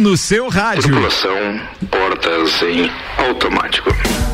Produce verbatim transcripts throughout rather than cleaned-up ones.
no seu rádio. Tripulação, portas em automático.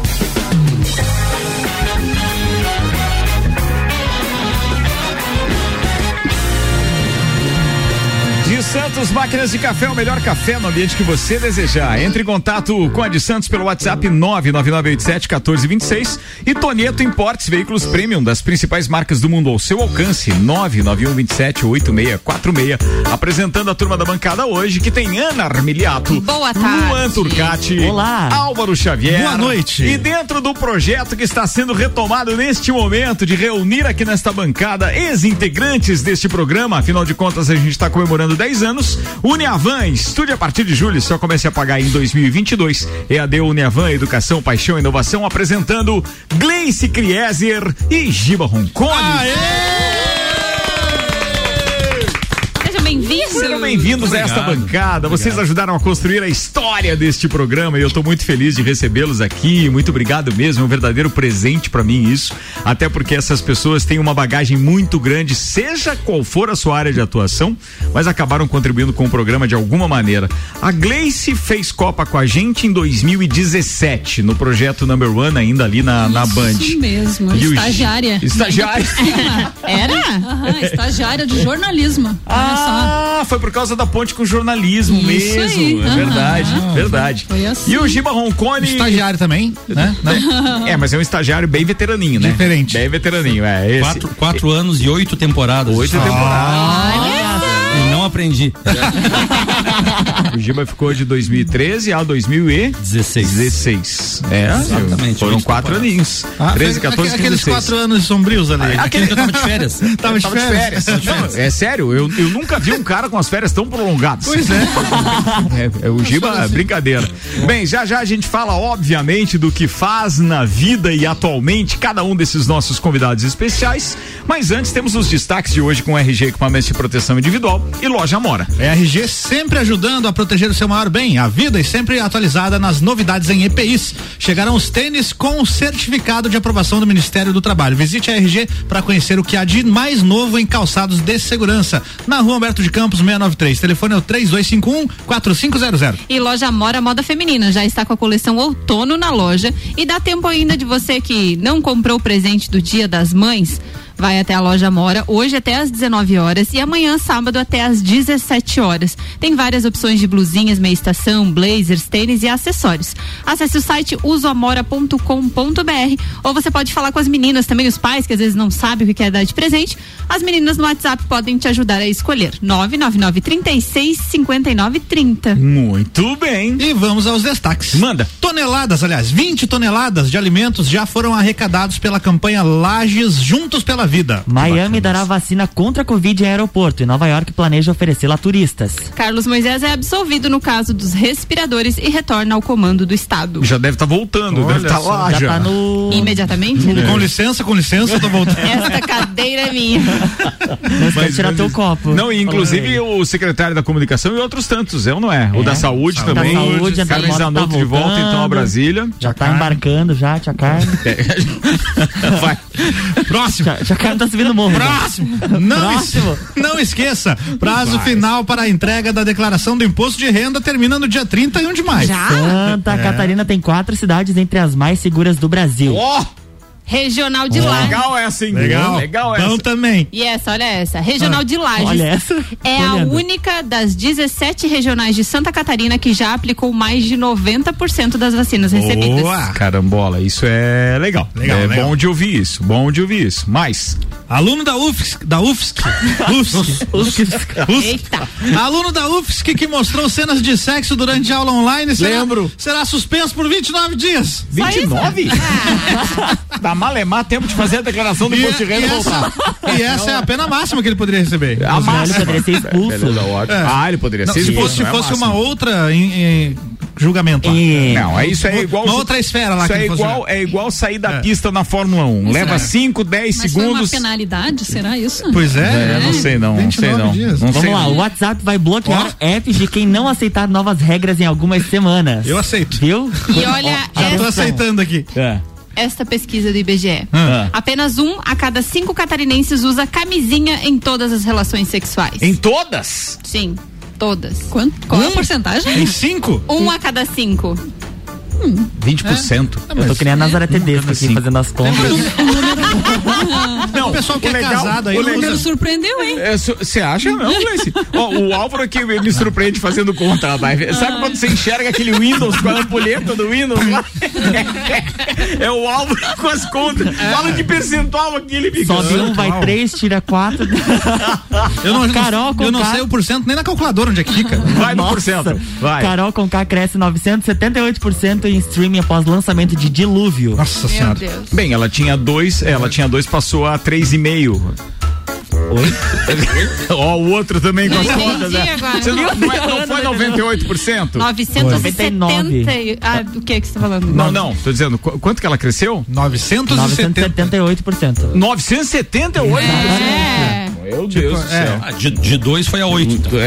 De Santos Máquinas de Café, o melhor café no ambiente que você desejar. Entre em contato com a de Santos pelo WhatsApp nove nove nove oito sete um quatro dois seis e Tonieto Importes, veículos premium das principais marcas do mundo ao seu alcance. nove nove um dois sete oito seis quatro seis. Apresentando a turma da bancada hoje, que tem Ana Armiliato, boa tarde, Luan Turcati, olá, Álvaro Xavier, boa noite. E dentro do projeto que está sendo retomado neste momento de reunir aqui nesta bancada ex-integrantes deste programa, afinal de contas a gente está comemorando dez anos. Uniavan, estúdio a partir de julho, só comece a pagar em dois mil e vinte e dois. E A D Uniavan, Educação, Paixão e Inovação, apresentando Gleice Krieser e Giba Roncone. Bem-vindos. Sejam bem-vindos a esta bancada. Vocês obrigado. Ajudaram a construir a história deste programa e eu estou muito feliz de recebê-los aqui. Muito obrigado mesmo, é um verdadeiro presente para mim isso. Até porque essas pessoas têm uma bagagem muito grande, seja qual for a sua área de atuação, mas acabaram contribuindo com o programa de alguma maneira. A Gleice fez Copa com a gente em dois mil e dezessete, no projeto Number One, ainda ali na, na Band. Isso mesmo, e estagiária. Estagiária. Era? Aham, estagiária de jornalismo. Ah, foi por causa da ponte com o jornalismo isso mesmo. Aí. É verdade, ah, verdade. Foi assim. E o Giba Roncone. Estagiário também, né? É, mas é um estagiário bem veteraninho, né? Diferente. Bem veteraninho, é. Esse. Quatro, quatro anos e oito temporadas. Oito ah, temporadas. E não aprendi. O Giba ficou de dois mil e treze a dois mil e dezesseis. É, exatamente. Foram quatro aninhos. Ah, treze, quatorze, quinze, aqueles quatro anos sombrios ali. Ah, aquele que eu tava de férias. tava de férias. férias. Não, é sério, eu, eu nunca vi um cara com as férias tão prolongadas. Pois é. é, é o Giba, assim. Brincadeira. Bem, já já a gente fala, obviamente, do que faz na vida e atualmente cada um desses nossos convidados especiais. Mas antes temos os destaques de hoje com R G Equipamentos de Proteção Individual e Loja Amora. R G sempre ajudando a proteger o seu maior bem, a vida, e sempre atualizada nas novidades em E P Is. Chegarão os tênis com o certificado de aprovação do Ministério do Trabalho. Visite a R G para conhecer o que há de mais novo em calçados de segurança. Na Rua Humberto de Campos seiscentos e noventa e três. Telefone é o três dois cinco um quatro cinco zero zero. E Loja Amora Moda Feminina já está com a coleção outono na loja e dá tempo ainda de você que não comprou o presente do Dia das Mães. Vai até a Loja Amora hoje até às dezenove horas e amanhã, sábado, até às dezessete horas. Tem várias opções de blusinhas, meia estação, blazers, tênis e acessórios. Acesse o site uso amora ponto com ponto b r ou você pode falar com as meninas também, os pais que às vezes não sabem o que é dar de presente. As meninas no WhatsApp podem te ajudar a escolher. nove nove nove, trinta e seis, cinquenta e nove, trinta. Muito bem. E vamos aos destaques. Manda. Toneladas, aliás, vinte toneladas de alimentos já foram arrecadados pela campanha Lages Juntos pela Vida. Miami dará vacina contra a Covid em aeroporto e Nova York planeja oferecê-la a turistas. Carlos Moisés é absolvido no caso dos respiradores e retorna ao comando do estado. Já deve estar tá voltando, Olha deve estar tá lá já. já. Tá no... Imediatamente? É. Com licença, com licença, tô voltando. Esta cadeira é minha. Não esquece de tirar mas, teu copo. Não, e inclusive o secretário da comunicação e outros tantos, é ou não é? é. O da saúde, saúde também. Da saúde, Carmen Zanotto tá de volta então a Brasília. Já tá embarcando já, tia Carmen. É. Vai. Próximo. Tia Carmen tá subindo o morro. Próximo. Não, Próximo. Es, não esqueça, prazo Vai. final para a entrega da declaração do imposto de renda termina no dia trinta e um de maio. Já? Santa é. Catarina tem quatro cidades entre as mais seguras do Brasil. Ó! Oh! Regional de oh, Lages. Legal essa, hein? Legal. Legal essa. Bom também. E essa, olha essa. Regional ah. de Lages. Olha essa. É a única das dezessete regionais de Santa Catarina que já aplicou mais de noventa por cento das vacinas Boa. recebidas. Carambola, isso é legal. Legal, é legal. Bom de ouvir isso. Bom de ouvir isso. Mais. Aluno da U F S C, da U F S C, U F S C, Eita. Aluno da U F S C que mostrou cenas de sexo durante aula online será, Lembro. será suspenso por vinte e nove dias. vinte e nove? Ah. Dá malemar tempo de fazer a declaração do imposto de renda e voltar. E essa é a pena máxima que ele poderia receber. A máxima. Ele poderia ser expulso. É. Ah, ele poderia não, ser expulso. Se fosse, se fosse uma outra em, em julgamento. E... Não, é isso é igual. Uma outra esfera lá. Isso que é igual, é igual sair da é. pista na Fórmula um. Leva cinco, dez Mas segundos. Foi uma penalidade, será isso? Pois é. é não sei não, não sei não. Dias. não Vamos sei lá, não. o WhatsApp vai bloquear oh. apps de quem não aceitar novas regras em algumas semanas. Eu aceito. Viu? E olha, oh, já essa... tô aceitando aqui. É. Esta pesquisa do I B G E. Ah. Apenas um a cada cinco catarinenses usa camisinha em todas as relações sexuais. Em todas? Sim. Todas. Quanto? Qual é a porcentagem? Em cinco? Um a cada cinco. vinte por cento. É. Eu tô que nem a Nazaré Tedesco aqui, fazendo as contas. Não, o pessoal que é legal, casado aí o não legal- usa. Me surpreendeu, hein? Você acha? Não, Gleice. Ó, o Álvaro aqui me surpreende fazendo conta, rapaz. Sabe quando você enxerga aquele Windows com a ampulheta do Windows lá? É o Álvaro com as contas. Fala de percentual aqui, ele fica. Sobe um, vai três, tira quatro. Eu não, Carol eu com não K. sei o porcento nem na calculadora onde é que fica. Vai no Nossa. porcento. Vai. Carol com K cresce novecentos e setenta e oito por cento em streaming após lançamento de Dilúvio. Nossa Meu senhora. Deus. Bem, ela tinha dois, ela tinha dois, passou a três e meio. Oi? Ó, o outro também com as Entendi contas, né? agora. Você não, não, é- não foi noventa e oito por cento? novecentos e setenta. noventa Ah, do que que você tá falando? Não, não, tô dizendo, qu- quanto que ela cresceu? novecentos e novecentos e setenta. setenta e oito por cento. novecentos e setenta e oito por cento. É. Meu Deus do céu. Ah, de, de dois foi a oito.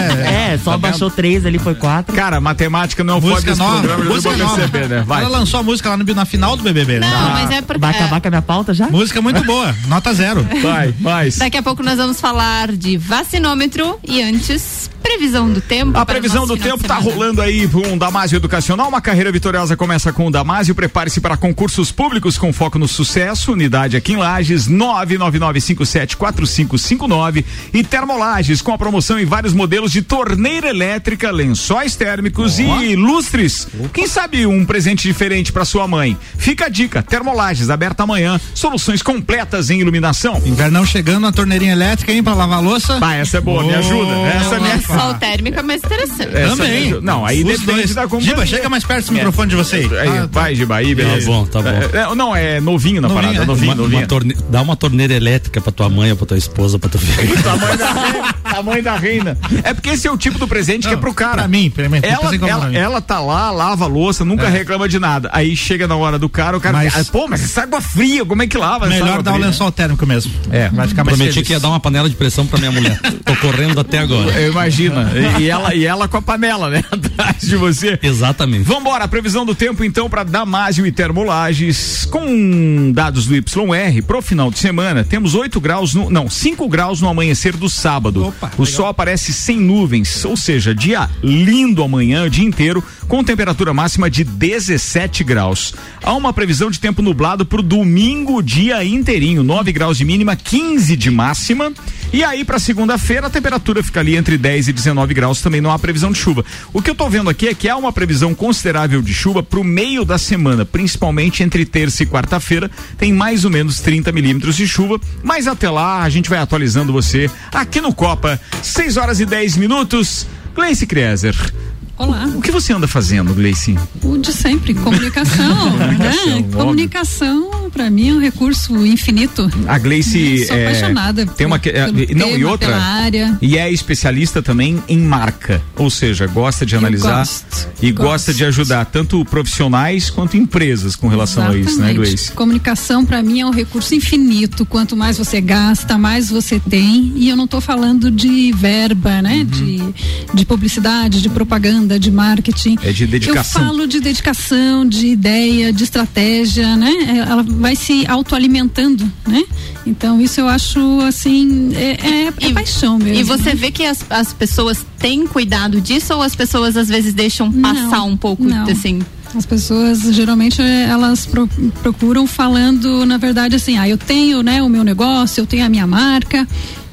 É, só Tá baixou três ali, foi quatro. Cara, matemática não é o foda Música desse nova. programa, eu Música vou nova. perceber, né? Vai. Ela lançou a música lá no, na final do B B B, né? Não, mas é porque. Vai acabar com a minha pauta já? Música muito boa, nota zero. Vai, mais. Daqui a pouco nós vamos falar de vacinômetro e antes, previsão do tempo. A para o previsão nosso do final tempo de tá semana. rolando aí com um Damásio Educacional. Uma carreira vitoriosa começa com o Damásio. Prepare-se para concursos públicos com foco no sucesso. Unidade aqui em Lages, nove nove nove cinco sete quatro cinco cinco nove. E Termolages, com a promoção em vários modelos de torneira elétrica, lençóis térmicos e lustres. Quem sabe um presente diferente para sua mãe? Fica a dica. Termolages, aberta amanhã. Soluções completas em iluminação. Invernão chegando, a torneirinha elétrica, hein, pra lavar a louça. Ah, essa é boa, me ajuda. Essa me ajuda. Sol térmico é mais interessante. Essa Também. me ajuda. Não, aí Os depende dois. da companhia. Giba, chega mais perto do É. microfone de você aí. Aí, Ah, vai, Giba, aí, beleza. Tá bom, tá bom. É, é, não, é novinho na Novinho, parada, é. novinho, Uma, novinho. uma torne... Dá uma torneira elétrica pra tua mãe ou pra tua esposa, pra tu ver. Tamanho da reina, tamanho da reina. É porque esse é o tipo do presente que é pro cara. Pra mim, pra mim. Ela, Pensei como ela, pra mim. ela tá lá, lava a louça, nunca É. reclama de nada. Aí chega na hora do cara, o cara Mas- ah, pô, mas essa água fria, como é que lava? essa Melhor água dar o fria? lençol térmico mesmo. É. Vai ficar mais Prometi feliz. que ia dar uma panela de pressão pra minha mulher. Tô correndo até agora. Eu imagino. E, e ela, e ela com a panela, né? Atrás de você. Exatamente. Vambora, a previsão do tempo então para Damásio e Termolages com dados do Y R pro final de semana. Temos oito graus, no, não, cinco graus no amanhecer do sábado. Opa, o legal. sol aparece sem nuvens, ou seja, dia lindo amanhã, o dia inteiro, com temperatura máxima de dezessete graus. Há uma previsão de tempo nublado pro domingo, dia inteirinho, nove graus de mínima, quinze de máxima. E aí para segunda-feira a temperatura fica ali entre dez e dezenove graus, também não há previsão de chuva. O que eu tô vendo aqui é que há uma previsão considerável de chuva pro meio da semana, principalmente entre terça e quarta-feira, tem mais ou menos trinta milímetros de chuva, mas até lá a gente vai atualizando você aqui no Copa, seis horas e dez minutos. Gleice Krezer, Olá. o que você anda fazendo, Gleice? O de sempre, comunicação, né? óbvio. Comunicação, pra mim, é um recurso infinito. A Gleice Sou é, apaixonada tem uma que- é, pelo não e tema, outra pela área. e é especialista também em marca, ou seja, gosta de Eu analisar gosto, e gosto. gosta de ajudar tanto profissionais quanto empresas com relação a isso, né, Exatamente. Gleice? Comunicação para mim é um recurso infinito. Quanto mais você gasta, mais você tem. E eu não estou falando de verba, né? Uhum. De, de publicidade, de propaganda, de marketing. É de dedicação. Eu falo de dedicação, de ideia, de estratégia, né? Ela vai se autoalimentando, né? Então isso eu acho assim é, é, é E- paixão mesmo. E você né? vê que as, as pessoas têm cuidado disso ou as pessoas às vezes deixam passar Não, um pouco, não. assim? As pessoas geralmente eh, elas pro- procuram falando, na verdade, assim, ah, eu tenho, né, o meu negócio, eu tenho a minha marca,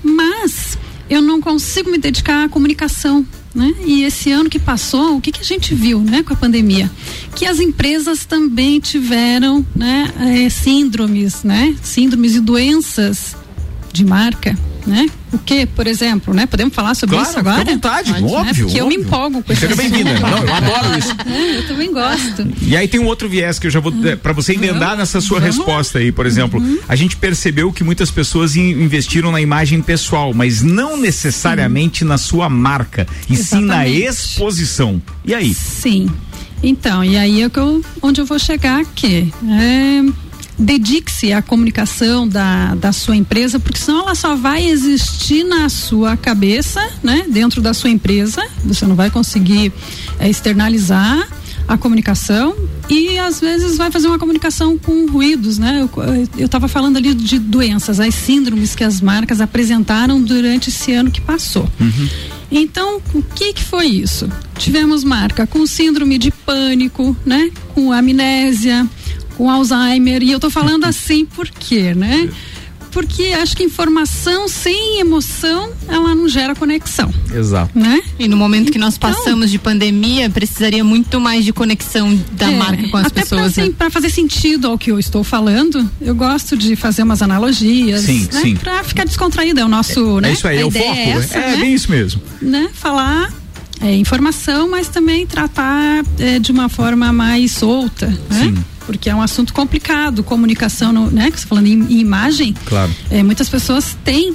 mas eu não consigo me dedicar à comunicação, né? E esse ano que passou, o que que a gente viu, né, com a pandemia? Que as empresas também tiveram, né, eh, síndromes, né, síndromes e doenças de marca, né? O que, por exemplo, né? Podemos falar sobre Claro, isso agora? fica à vontade, Pode, né? óbvio, Porque eu me óbvio. empolgo com isso. Seja bem-vinda. Não, eu adoro isso. Eu também gosto. E aí tem um outro viés que eu já vou para você emendar nessa sua Vamos. resposta aí, por exemplo, a gente percebeu que muitas pessoas in- investiram na imagem pessoal, mas não necessariamente na sua marca, e sim na Exatamente. exposição. E aí? Sim. Então, e aí é que eu, onde eu vou chegar aqui. É, dedique-se à comunicação da, da sua empresa, porque senão ela só vai existir na sua cabeça, né? Dentro da sua empresa. Você não vai conseguir é, externalizar a comunicação e às vezes vai fazer uma comunicação com ruídos, né? Eu estava falando ali de doenças, as síndromes que as marcas apresentaram durante esse ano que passou. Então, o que que foi isso? Tivemos marca com síndrome de pânico, né? Com amnésia, com Alzheimer, e eu tô falando assim por quê, né? Porque acho que informação sem emoção, ela não gera conexão. Exato. Né? E no momento que nós Então, passamos de pandemia, precisaria muito mais de conexão da é, marca com as até pessoas. Para né? assim, fazer sentido ao que eu estou falando, eu gosto de fazer umas analogias, Sim, né? sim. Para ficar descontraído, é o nosso, É, né? é isso aí, A é o ideia foco. é essa, é né? bem isso mesmo. Né? Falar é, informação, mas também tratar é, de uma forma mais solta, né? Sim. Porque é um assunto complicado, comunicação, no, né? Que você falando em, em imagem, Claro. é, muitas pessoas têm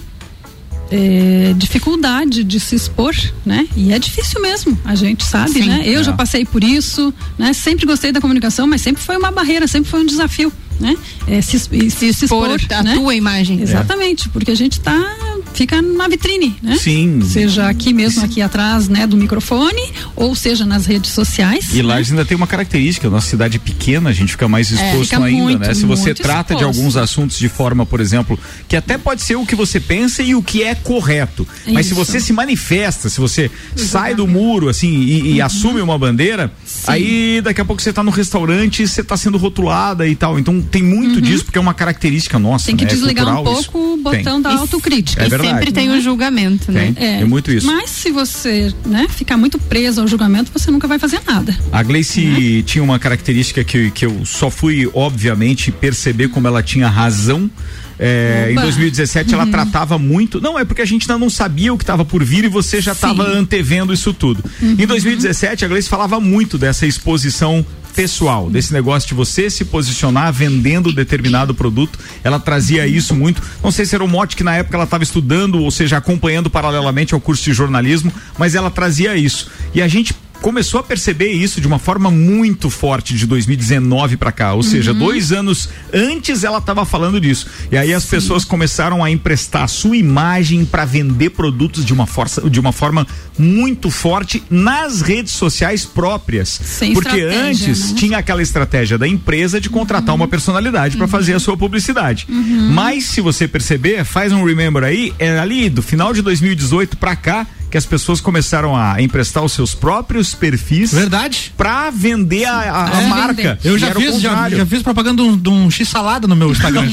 é, dificuldade de se expor, né? E é difícil mesmo, a gente sabe, Sim. né? Eu É. já passei por isso, né? Sempre gostei da comunicação, mas sempre foi uma barreira, sempre foi um desafio, né? É, se, se, se expor, Expor a né? tua imagem. Exatamente, porque a gente tá, fica na vitrine, né? Sim. Seja aqui mesmo, aqui atrás, né, do microfone, ou seja nas redes sociais. E né? Lages ainda tem uma característica, nossa cidade é pequena, a gente fica mais exposto fica ainda, muito, né? Se você muito trata de exposto. alguns assuntos de forma, por exemplo, que até pode ser o que você pensa e o que é correto, mas se Isso. você se manifesta, se você sai do muro, assim, e, e Uhum. assume uma bandeira, aí daqui a pouco você tá no restaurante e você tá sendo rotulada e tal, então tem muito disso, porque é uma característica nossa, Tem que né? É desligar um cultural isso. pouco o botão Tem. da autocrítica. É E verdade. sempre tem o julgamento, né? Tem. É muito isso. Mas se você, né, ficar muito preso ao julgamento, você nunca vai fazer nada. A Gleice tinha uma característica que, que eu só fui, obviamente, perceber como ela tinha razão. É, em Opa. dois mil e dezessete ela tratava muito, não, é porque a gente ainda não sabia o que estava por vir e você já estava antevendo isso tudo. Em dois mil e dezessete a Gleice falava muito dessa exposição pessoal, desse negócio de você se posicionar vendendo determinado produto, ela trazia isso muito, não sei se era um mote que na época ela estava estudando, ou seja, acompanhando paralelamente ao curso de jornalismo, mas ela trazia isso, e a gente começou a perceber isso de uma forma muito forte de dois mil e dezenove para cá, ou seja, dois anos antes ela estava falando disso. E aí as Sim. pessoas começaram a emprestar a sua imagem para vender produtos de uma força, de uma forma muito forte nas redes sociais próprias. Sem Porque estratégia, antes né? tinha aquela estratégia da empresa de contratar Uhum. uma personalidade para Uhum. fazer a sua publicidade. Uhum. Mas se você perceber, faz um remember aí, é ali do final de dois mil e dezoito para cá que as pessoas começaram a emprestar os seus próprios perfis. Verdade. Pra vender a, a, a É, marca. vender. Eu E já era o fiz, já, contrário. já fiz propaganda de um, de um X-salada no meu Instagram.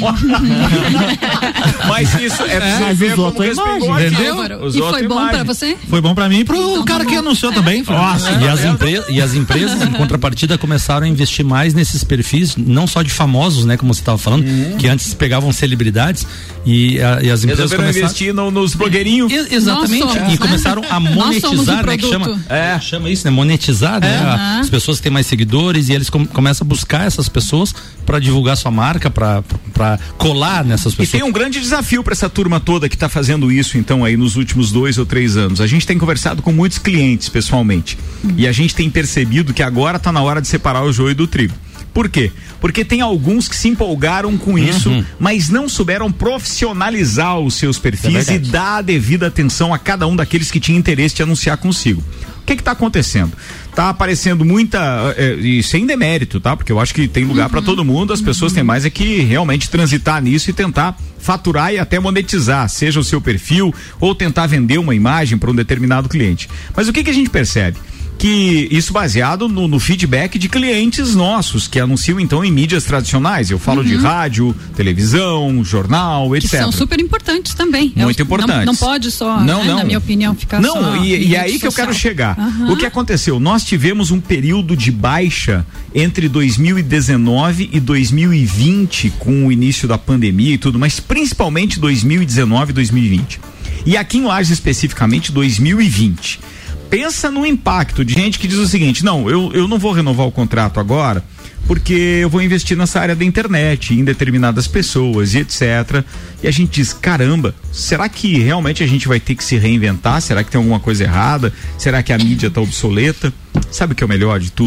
Mas isso é, pra você Mas ver usou como a tua respingou imagem. aqui. Entendeu? Álvaro, Usou e a foi tua bom imagem. pra você? Foi bom pra mim e pro Então, cara tá que bom. anunciou também. Nossa, E as, empre- e as empresas, em contrapartida, começaram a investir mais nesses perfis, não só de famosos, né, como você estava falando, que antes pegavam celebridades e, a, e as empresas Resolveram começaram. investir no- nos blogueirinhos. E- exatamente. Nós somos, e né? começaram a Nós somos o monetizar, né? Que chama, produto. é, chama isso, né? Monetizar, né? A- As pessoas que têm mais seguidores e eles com- começam a buscar essas pessoas para divulgar sua marca, para colar nessas E pessoas. tem um grande desafio para essa turma toda que está fazendo isso, então, aí nos últimos dois ou três anos. A gente tem conversado com muitos clientes pessoalmente. E a gente tem percebido que agora está na hora de separar o joio do trigo. Por quê? Porque tem alguns que se empolgaram com isso, Uhum. mas não souberam profissionalizar os seus perfis É e verdade. dar a devida atenção a cada um daqueles que tinha interesse de anunciar consigo. O que que tá acontecendo? Tá aparecendo muita, é, e sem demérito, tá? Porque eu acho que tem lugar para todo mundo, as pessoas têm mais é que realmente transitar nisso e tentar faturar e até monetizar, seja o seu perfil ou tentar vender uma imagem para um determinado cliente. Mas o que que a gente percebe? Que isso baseado no, no feedback de clientes nossos que anunciam então em mídias tradicionais. Eu falo de rádio, televisão, jornal, Que etcétera. são super importantes também. Muito Eu- importantes. Não, não pode só, Não, né, não. na minha opinião, ficar Não, só e, em e é rede aí que eu social. quero chegar. Aham. O que aconteceu? Nós tivemos um período de baixa entre dois mil e dezenove e dois mil e vinte, com o início da pandemia e tudo, mas principalmente dois mil e dezenove e dois mil e vinte. E aqui em Lages especificamente dois mil e vinte. Pensa no impacto de gente que diz o seguinte: não, eu, eu não vou renovar o contrato agora porque eu vou investir nessa área da internet, em determinadas pessoas e etcétera. E a gente diz, caramba, será que realmente a gente vai ter que se reinventar? Será que tem alguma coisa errada? Será que a mídia está obsoleta? Sabe o que é o melhor de tudo?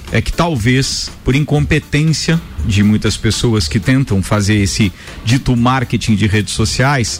é que talvez, por incompetência de muitas pessoas que tentam fazer esse dito marketing de redes sociais,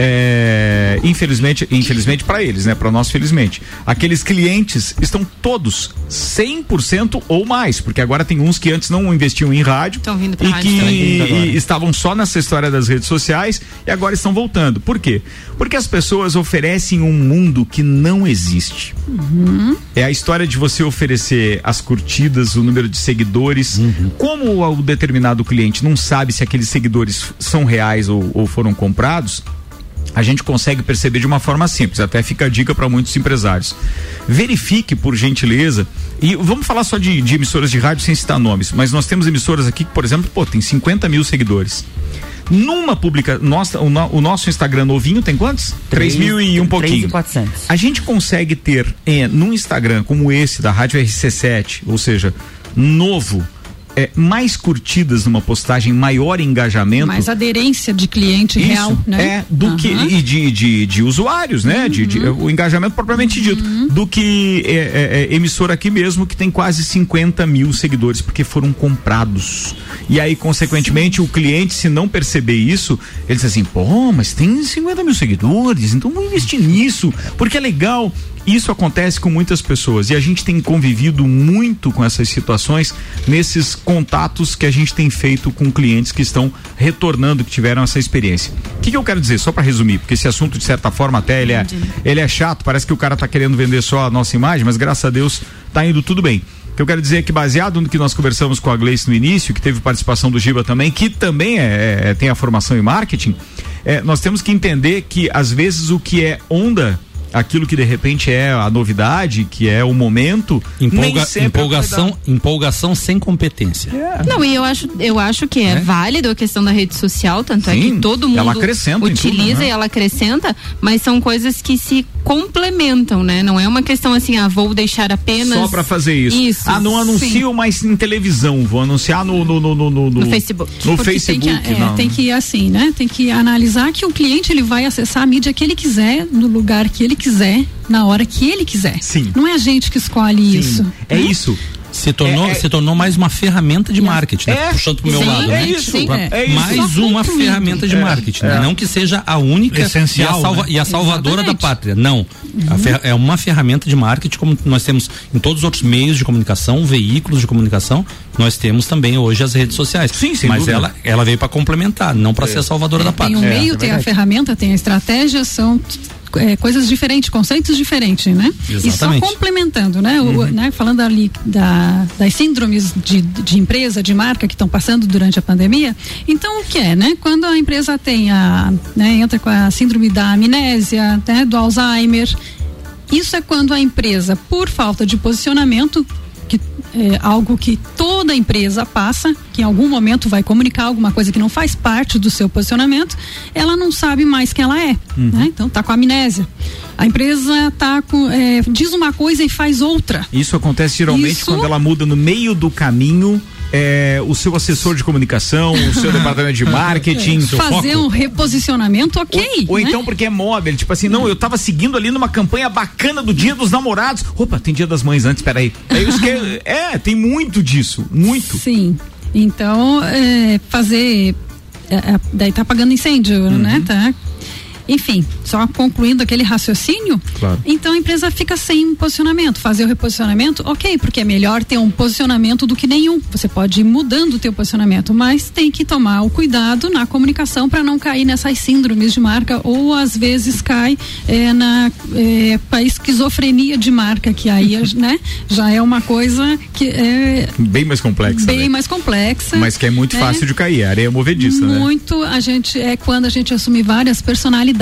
é, infelizmente, infelizmente para eles, né? Para nós, felizmente, aqueles clientes estão todos cem por cento ou mais, porque agora tem uns que antes não investiam em rádio vindo pra e rádio que também. estavam só nessa história das redes sociais e agora estão voltando. Por quê? Porque as pessoas oferecem um mundo que não existe. Uhum. É a história de você oferecer as curtidas, o número de seguidores. Uhum. Como o determinado cliente não sabe se aqueles seguidores são reais ou, ou foram comprados, a gente consegue perceber de uma forma simples, até fica a dica para muitos empresários. Verifique, por gentileza, e vamos falar só de, de emissoras de rádio sem citar nomes, mas nós temos emissoras aqui que, por exemplo, pô, tem cinquenta mil seguidores. Numa publicação, nossa, o, no, o nosso Instagram novinho tem quantos? três mil e um pouquinho. três mil e quatrocentos. A gente consegue ter é, num Instagram como esse da Rádio R C sete, ou seja, novo, É, mais curtidas numa postagem, maior engajamento. Mais aderência de cliente Isso, real, né? É, do uhum. que, e de, de, de usuários, né? Uhum. De, de, o engajamento propriamente dito. Uhum. Do que é, é, é, emissora aqui mesmo, que tem quase cinquenta mil seguidores, porque foram comprados. E aí, consequentemente, Sim. o cliente, se não perceber isso, ele diz assim, pô, mas tem cinquenta mil seguidores, então vou investir nisso, porque é legal. Isso acontece com muitas pessoas e a gente tem convivido muito com essas situações nesses contatos que a gente tem feito com clientes que estão retornando, que tiveram essa experiência. O que, que eu quero dizer? Só para resumir, porque esse assunto de certa forma até ele é, ele é chato, parece que o cara tá querendo vender só a nossa imagem, mas graças a Deus tá indo tudo bem. O que eu quero dizer é que, baseado no que nós conversamos com a Gleice no início, que teve participação do Giba também, que também é, é, tem a formação em marketing, é, nós temos que entender que às vezes o que é onda, aquilo que de repente é a novidade, que é o momento, Empolga, empolgação, empolgação sem competência. É. Não, e eu acho, eu acho que é, é válido a questão da rede social, tanto Sim, é que todo mundo ela acrescenta utiliza tudo, né? E ela acrescenta, mas são coisas que se complementam, né? Não é uma questão assim, ah, vou deixar apenas só pra fazer isso. isso ah, não anuncio sim. mais em televisão, vou anunciar no no, no, no, no, no Facebook. No Porque Facebook, tem que, é, não. tem que ir assim, né? Tem que analisar que o cliente ele vai acessar a mídia que ele quiser, no lugar que ele quiser, na hora que ele quiser. Sim. Não é a gente que escolhe Sim. isso. É né? isso. Se tornou, é, é, se tornou mais uma ferramenta de marketing, né? É, Puxando pro meu sim, lado, é né? isso, Pra, é, é isso. mais uma ferramenta de é, marketing, é. né? Não que seja a única Essencial, e a, salva, né? e a salvadora Exatamente. da pátria, não. Uhum. A fer, é uma ferramenta de marketing, como nós temos em todos os outros meios de comunicação, veículos de comunicação, nós temos também hoje as redes sociais. Sim, sem Mas dúvida. ela, ela veio para complementar, não para é. ser a salvadora é, da pátria. Tem o É, meio, é tem a ferramenta, tem a estratégia, são É, coisas diferentes, conceitos diferentes, né? Exatamente. E só complementando, né? O, Uhum. né? Falando ali da, das síndromes de, de empresa, de marca que estão passando durante a pandemia. Então, o que é, né? Quando a empresa tem a, né? Entra com a síndrome da amnésia, né? Do Alzheimer. Isso é quando a empresa, por falta de posicionamento, que é algo que toda empresa passa, que em algum momento vai comunicar alguma coisa que não faz parte do seu posicionamento, ela não sabe mais quem ela é, uhum. né? Então tá com amnésia. A empresa tá com, é, diz uma coisa e faz outra. Isso acontece geralmente Isso... quando ela muda no meio do caminho. É, o seu assessor de comunicação, o seu departamento de marketing, é, fazer foco. um reposicionamento, ok. Ou, ou né? então porque é móvel, tipo assim, não, eu tava seguindo ali numa campanha bacana do Dia dos Namorados. Opa, tem Dia das Mães antes, peraí. É, isso que é, é, tem muito disso, muito. Sim, então é, fazer, é, daí tá apagando incêndio, uhum. né, tá? Enfim, só concluindo aquele raciocínio, claro. Então a empresa fica sem posicionamento. Fazer o reposicionamento, ok, porque é melhor ter um posicionamento do que nenhum. Você pode ir mudando o teu posicionamento, mas tem que tomar o cuidado na comunicação para não cair nessas síndromes de marca, ou às vezes cai é, na é, a esquizofrenia de marca, que aí né, já é uma coisa que é bem mais complexa. Bem né? mais complexa. Mas que é muito né? fácil de cair, a areia movediça, muito, né? Muito, a gente é quando a gente assume várias personalidades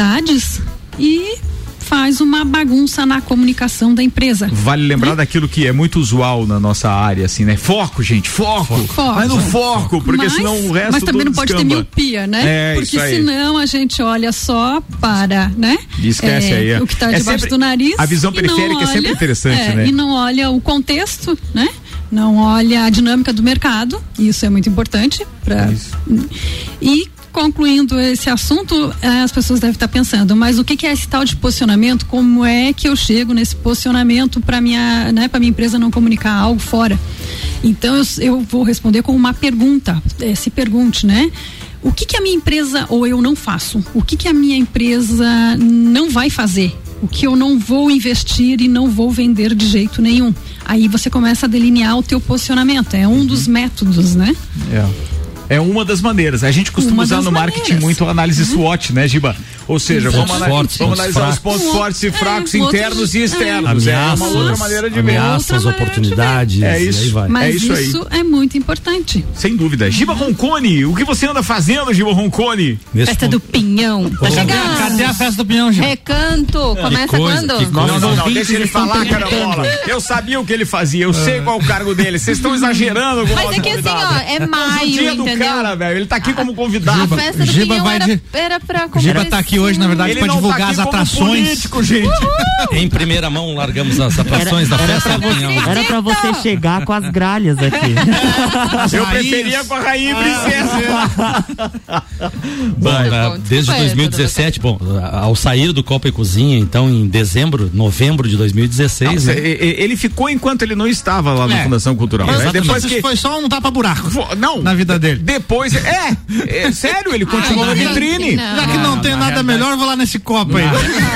e faz uma bagunça na comunicação da empresa. Vale lembrar né? daquilo que é muito usual na nossa área, assim, né? Foco, gente, foco. foco. Vai no foco, porque mas, senão o resto Mas também não pode descamba. ter miopia, né? É, porque isso aí. senão a gente olha só para, né? E esquece é, aí. É. O que está é debaixo sempre, do nariz. A visão periférica olha, é sempre interessante, é, né? E não olha o contexto, né? Não olha a dinâmica do mercado, isso é muito importante. Pra, e concluindo esse assunto, as pessoas devem estar pensando, mas o que, que é esse tal de posicionamento? Como é que eu chego nesse posicionamento para minha, né, para minha empresa não comunicar algo fora? Então eu, eu vou responder com uma pergunta. É, se pergunte, né? O que, que a minha empresa ou eu não faço? O que, que a minha empresa não vai fazer? O que eu não vou investir e não vou vender de jeito nenhum? Aí você começa a delinear o teu posicionamento. É um dos métodos, né? É. É uma das maneiras. A gente costuma Uma usar das no marketing maneiras. muito a análise Uhum. SWOT, né, Giba? Ou seja, Pontos vamos, analisar, fortes, vamos pontos analisar os fracos. pontos fortes e fracos, É, internos outros- e é. externos. É, uma outra maneira de ver. ameaças, Outra maneira de ver. oportunidades, É isso. e aí vai. Mas É isso aí. isso é muito importante. Sem dúvida. Giba Roncone, o que você anda fazendo, Giba Roncone? Nesse Festa ponto- do Pinhão. Tá Cadê, chegando. cadê a festa do Pinhão, gente? Recanto. Começa coisa, quando? que Não, coisa. não, não, ouvintes deixa ele estão falar, perguntando. carambola. Eu sabia o que ele fazia, eu sei qual o cargo dele. Vocês estão exagerando com o Mas nosso é que assim, convidado. ó, é Hoje maio, o dia do entendeu? cara, velho, ele tá aqui como A convidado. festa do Giba Pinhão vai era, de- era pra Giba acontecer. tá aqui hoje, na verdade, Ele pra não divulgar tá aqui as como atrações. político, gente. Em primeira mão largamos as atrações da Era festa pra, do você, Pinhão. era pra você chegar com as gralhas aqui. Eu rainhas. preferia com a rainha e princesa. Bom, Muito ah, bom. desde Desculpa, dois mil e dezessete, bom, ah, ao sair do Copa e Cozinha, então em dezembro, novembro de dois mil e dezesseis, Não, né? e- e- ele ficou enquanto ele não estava lá na É. Fundação Cultural. né? Exatamente. Depois Isso que foi só um tapa-buraco Fo- não, na vida dele. Depois, é, é sério, ele continuou na Ai, vitrine. não. Já que não tem na nada realidade- melhor, eu vou lá nesse copo aí.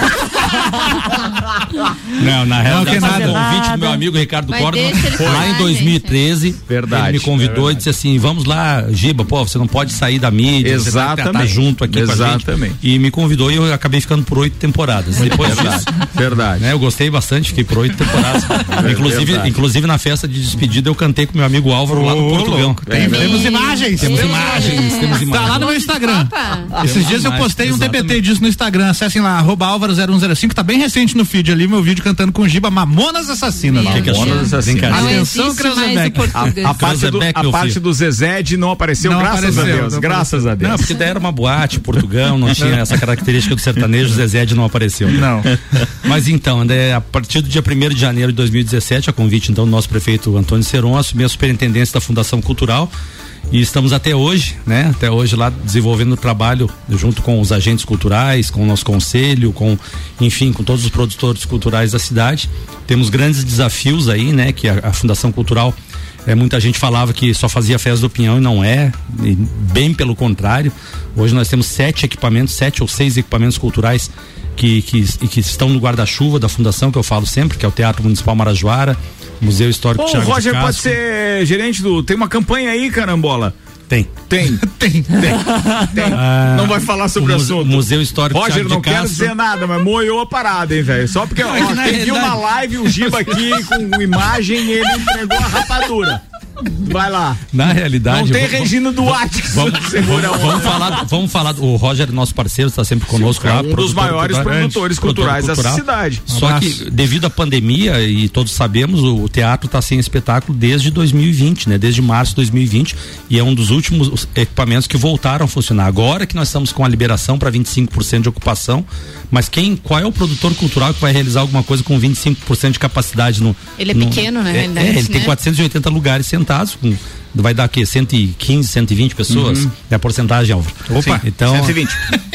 Não, na realidade, que foi nada. um convite do meu amigo Ricardo Mas Córdoba, deixa ele lá falar, em dois mil e treze. Verdade, Ele me convidou é e disse assim: vamos lá, Giba, pô, você não pode sair da mídia, você vai estar Exatamente. junto aqui com a Exatamente. gente. E me convidou e eu acabei ficando por oito temporadas. Depois Verdade, disso, verdade. né, eu gostei bastante, fiquei por oito temporadas. inclusive, verdade. inclusive na festa de despedida eu cantei com meu amigo Álvaro lá no Ô, Portugão. louco. Tem- É, temos imagens. Temos imagens, temos Tá imagens. lá no meu Instagram. Opa. Esses dias eu imagens, postei um T B T exatamente. disso no Instagram. Acessem lá, arroba Álvaro zero um zero cinco. Tá bem recente no feed ali, meu vídeo cantando com Giba, Mamonas Assassinas. Meu lá. que achou? Mamonas Assassinas. Não Atenção, existe mais o Cranzebeck. português. A, a parte, do, Cranzebeck, a meu parte filho. do Zezé de não apareceu, Não graças apareceu, a Deus, não graças a Deus. Não, porque daí era uma boate, Portugão, não tinha essa característica do sertanejo, Zezé de não apareceu. né? Não. Mas então, André, a partir do dia primeiro de janeiro de dois mil e dezessete, a convite então do nosso prefeito Antônio Seron, assumi a superintendência da Fundação Cultural e estamos até hoje, né? Até hoje lá desenvolvendo o trabalho junto com os agentes culturais, com o nosso conselho, com, enfim, com todos os produtores culturais da cidade. Temos grandes desafios aí, né? Que a, a Fundação Cultural, é, muita gente falava que só fazia festa do Pinhão e não é, e bem pelo contrário. Hoje nós temos sete equipamentos, sete ou seis equipamentos culturais que, que, e que estão no guarda-chuva da Fundação, que eu falo sempre, que é o Teatro Municipal Marajoara, Museu Histórico Pô, o Thiago de Roger pode Castro. ser gerente do. Tem uma campanha aí, carambola. Tem. Tem. Tem. Tem. Tem. Não vai falar sobre o, o muse- assunto. Museu Histórico Roger, Thiago de não quero Castro. dizer nada, mas moiou a parada, hein, velho? Só porque, ó, que na teve uma realidade- live, o Giba aqui com imagem e ele entregou a rapadura. Vai lá. Na realidade. Não tem vamos- Regina Duarte que Vamos, segura a vamos, onda. vamos falar, vamos falar. O Roger, nosso parceiro, está sempre conosco é lá. um dos produtor maiores cultural, produtores produtor culturais dessa cultural. cidade. Só Abraço. que devido à pandemia, e todos sabemos, o teatro está sem espetáculo desde dois mil e vinte, né? Desde março de dois mil e vinte, e é um dos últimos equipamentos que voltaram a funcionar. Agora que nós estamos com a liberação para vinte e cinco por cento de ocupação, mas quem, qual é o produtor cultural que vai realizar alguma coisa com vinte e cinco por cento de capacidade no? Ele é no- pequeno, na é, realidade, É, ele tem né? quatrocentos e oitenta lugares sentados, com, vai dar o quê? cento e quinze, cento e vinte pessoas? É a porcentagem, Álvaro. Opa, então, cento e vinte.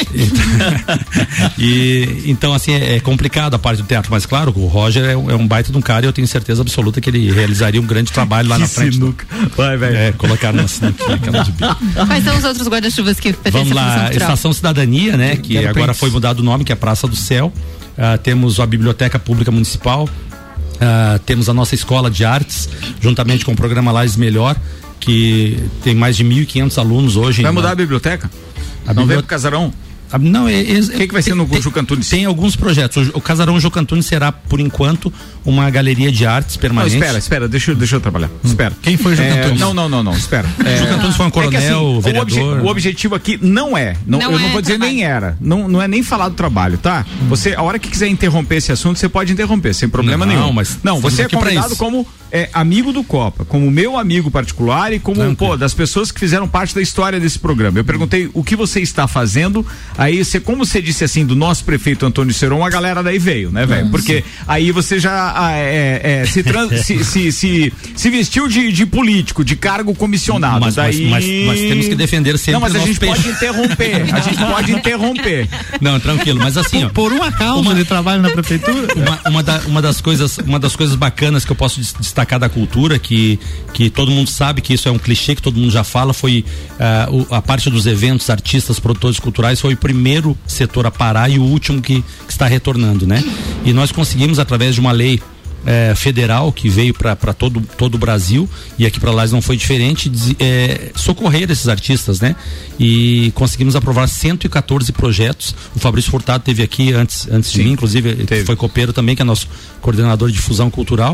e, então, assim, é, é complicado a parte do teatro, mas claro, o Roger é, um- é um baita de um cara e eu tenho certeza absoluta que ele realizaria um grande trabalho lá na frente. do- Vai, velho. É, colocar na sinuca, aquela de bico. Quais são os outros guarda-chuvas que pertencem Vamos à Fundação lá, Cultural? Estação Cidadania, né? Que Quero agora prints. foi mudado o nome, que é Praça do Céu. Ah, temos a Biblioteca Pública Municipal. Ah, temos a nossa Escola de Artes, juntamente com o programa Lages Melhor, que tem mais de mil e quinhentos alunos hoje. Vai em- mudar a biblioteca? A Não bibli- vem pro Casarão? Ah, Não, é, é, O que, que vai ser no tem, Juca Antunes? Tem alguns projetos. O, o Casarão Juca Antunes será, por enquanto, uma galeria de artes Não, permanente. espera, espera, deixa, eu- deixa eu trabalhar. Espera. Quem foi o Juca É, Antunes? Não, não, não, não, espera. É, Juca Antunes foi um é que, coronel, assim, o, vereador. obje- o objetivo aqui não é, não, Não eu não é vou dizer trabalho. nem era, não, não é nem falar do trabalho, tá? Você, a hora que quiser interromper esse assunto, você pode interromper, sem problema Não, nenhum. mas não, estamos você é aqui pra convidado isso. como é amigo do Copa, como meu amigo particular e como, pô, das pessoas que fizeram parte da história desse programa. Eu perguntei o que você está fazendo, aí você, como você disse assim, do nosso prefeito Antônio Seron, a galera daí veio, né, velho? Porque aí você já ah, é, é, se, trans, se, se, se, se vestiu de, de político, de cargo comissionado. Mas, daí... mas, mas, mas temos que defender sempre. Não, mas o a nosso gente peixe. pode interromper, a gente pode interromper. Não, tranquilo, mas assim, ó, por uma causa uma, de trabalho na prefeitura. Uma, uma, da, uma das coisas, uma das coisas bacanas que eu posso destacar da cultura, que, que todo mundo sabe que isso é um clichê que todo mundo já fala, foi uh, o, a parte dos eventos, artistas, produtores culturais, foi o primeiro setor a parar e o último que, que está retornando, né? E nós conseguimos, através de uma lei É, federal que veio para todo, todo o Brasil, e aqui para lá não foi diferente, de, é, socorrer esses artistas, né? E conseguimos aprovar cento e quatorze projetos. O Fabrício Furtado teve aqui antes, antes de mim, inclusive, ele foi copeiro também, que é nosso coordenador de difusão cultural.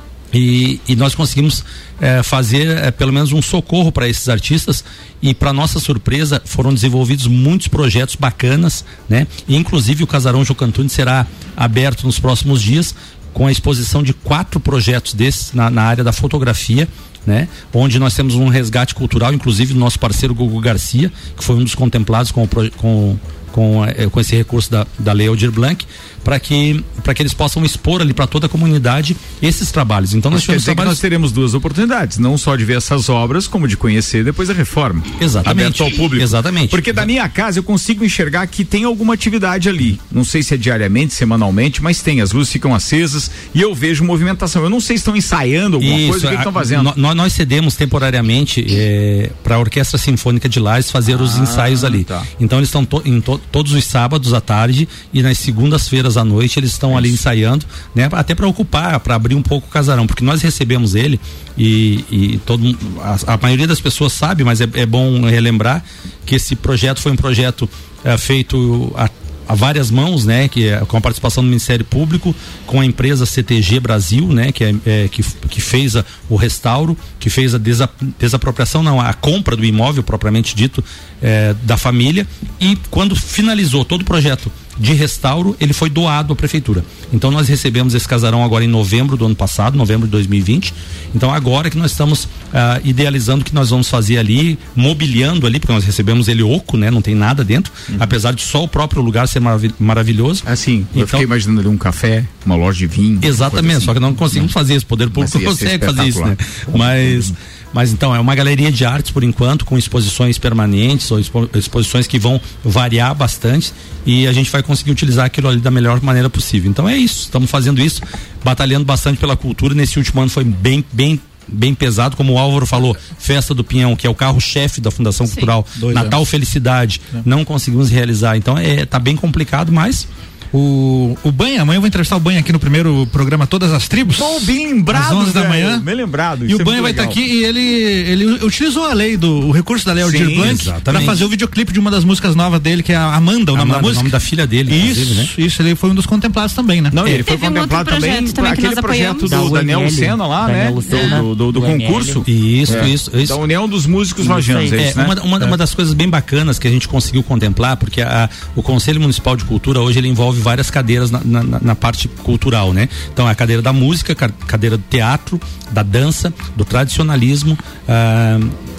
E, e nós conseguimos é, fazer é, pelo menos um socorro para esses artistas, e para nossa surpresa foram desenvolvidos muitos projetos bacanas, né? E, inclusive o Casarão Juca Antunes será aberto nos próximos dias com a exposição de quatro projetos desses na, na área da fotografia, né? Onde nós temos um resgate cultural, inclusive do nosso parceiro Gugu Garcia, que foi um dos contemplados com, o, com, com, é, com esse recurso da, da Lei Aldir Blanc, para que, para que eles possam expor ali para toda a comunidade esses trabalhos. Então nós, tivemos trabalhos... nós teremos duas oportunidades, não só de ver essas obras, como de conhecer depois a reforma. Exatamente. Aberto ao público. Exatamente. Porque da minha casa eu consigo enxergar que tem alguma atividade ali. Não sei se é diariamente, semanalmente, mas tem. As luzes ficam acesas e eu vejo movimentação. Eu não sei se estão ensaiando alguma Isso, coisa, o que estão fazendo. Nós, nós cedemos temporariamente é, para a Orquestra Sinfônica de Lages fazer ah, os ensaios ali. Tá. Então eles estão to, em to, todos os sábados à tarde e nas segundas-feiras à noite eles estão ali ensaiando, né? Até para ocupar, para abrir um pouco o casarão, porque nós recebemos ele e, e todo a, a maioria das pessoas sabe, mas é, é bom relembrar que esse projeto foi um projeto é, feito a a várias mãos, né, que é com a participação do Ministério Público, com a empresa C T G Brasil, né, que é, é que, que fez a, o restauro, que fez a desa, desapropriação, não, a compra do imóvel propriamente dito é, da família, e quando finalizou todo o projeto de restauro, ele foi doado à prefeitura. Então nós recebemos esse casarão agora em novembro do ano passado, novembro de dois mil e vinte. Então agora que nós estamos ah, idealizando o que nós vamos fazer ali, mobiliando ali, porque nós recebemos ele oco, né? Não tem nada dentro, uhum. apesar de só o próprio lugar ser marav- maravilhoso. Assim, então, eu fiquei imaginando ali um café, uma loja de vinho. Exatamente, assim. Só que não conseguimos fazer isso, o poder público não consegue fazer isso, né? Mas uhum. Mas então, é uma galeria de artes por enquanto, com exposições permanentes ou expo- exposições que vão variar bastante, e a gente vai conseguir utilizar aquilo ali da melhor maneira possível. Então é isso, estamos fazendo isso, batalhando bastante pela cultura. Nesse último ano foi bem, bem bem pesado, como o Álvaro falou, Festa do Pinhão, que é o carro-chefe da Fundação Sim. Cultural, Dois Natal anos. Felicidade, é. não conseguimos realizar. Então é, tá bem complicado, mas O, o Banha, amanhã eu vou entrevistar o Banha aqui no primeiro programa Todas as Tribos. Bom, bem lembrado, às onze da manhã. Bem lembrado. E o Banha vai estar tá aqui e ele, ele utilizou a lei do o recurso da Lei Aldir Blanc para fazer o videoclipe de uma das músicas novas dele, que é a Amanda, o nome Amanda, da música. O nome da filha dele, isso, né? Isso, ele foi um dos contemplados também, né? Não, ele foi contemplado um também, também aquele projeto do Daniel Lucena lá, Daniel né? Lucena, do, do, do concurso. Isso, é. isso, isso. Da União dos Músicos Lajanos, é isso, né? Uma, uma, é. uma das coisas bem bacanas que a gente conseguiu contemplar, porque a, o Conselho Municipal de Cultura hoje ele envolve várias cadeiras na Na, na, na parte cultural, né? Então é a cadeira da música, cadeira do teatro, da dança, do tradicionalismo, ah,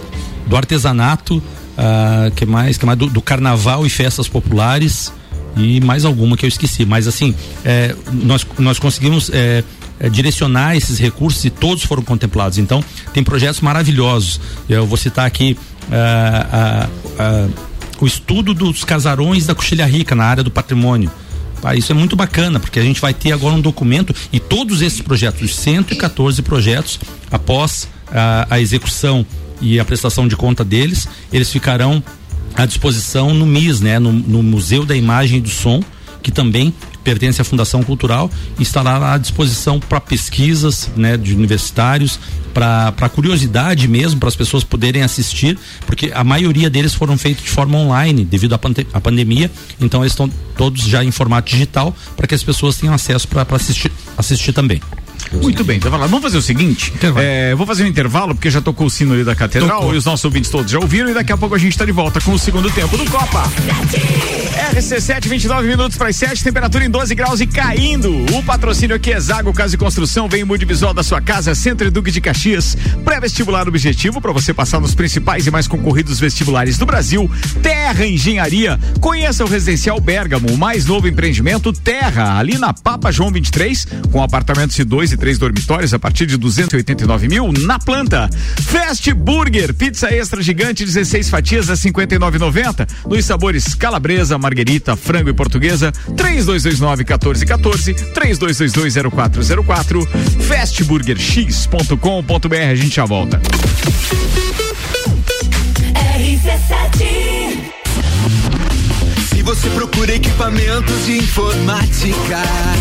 do artesanato, ah, que mais, que mais do, do carnaval e festas populares, e mais alguma que eu esqueci, mas assim é, nós, nós conseguimos é, é, direcionar esses recursos e todos foram contemplados. Então tem projetos maravilhosos. Eu vou citar aqui ah, ah, ah, o estudo dos casarões da Coxilha Rica na área do patrimônio. Ah, isso é muito bacana, porque a gente vai ter agora um documento, e todos esses projetos, os cento e quatorze projetos, após a, a execução e a prestação de conta deles, eles ficarão à disposição no M I S, né? No, no Museu da Imagem e do Som, que também pertence à Fundação Cultural, e estará à disposição para pesquisas, né, de universitários, para curiosidade mesmo, para as pessoas poderem assistir, porque a maioria deles foram feitos de forma online devido à, pande- à pandemia. Então eles estão todos já em formato digital, para que as pessoas tenham acesso para assistir, assistir também. Muito bem, então vamos fazer o seguinte, é, vou fazer um intervalo, porque já tocou o sino ali da Catedral, tocou. E os nossos ouvintes todos já ouviram, e daqui a pouco a gente está de volta com o segundo tempo do Copa. É R C sete, vinte e nove minutos para as sete, temperatura em doze graus e caindo. O patrocínio aqui é Zago Casa e Construção, vem mude visual da sua casa, Centro e Duque de Caxias. Pré-vestibular objetivo para você passar nos principais e mais concorridos vestibulares do Brasil. Terra Engenharia. Conheça o Residencial Bérgamo, o mais novo empreendimento Terra, ali na Papa João vinte e três, com apartamentos de dois e três dormitórios a partir de duzentos e oitenta e nove mil na planta. Fast Burger, pizza extra gigante, dezesseis fatias a cinquenta e nove reais e noventa centavos, nos sabores calabresa, marguerita, frango e portuguesa. Três dois dois nove, um quatro um quatro, três dois dois dois, zero quatro zero quatro, fast burger x ponto com ponto b r. A gente já volta. R C sete. Se você procura equipamentos de informática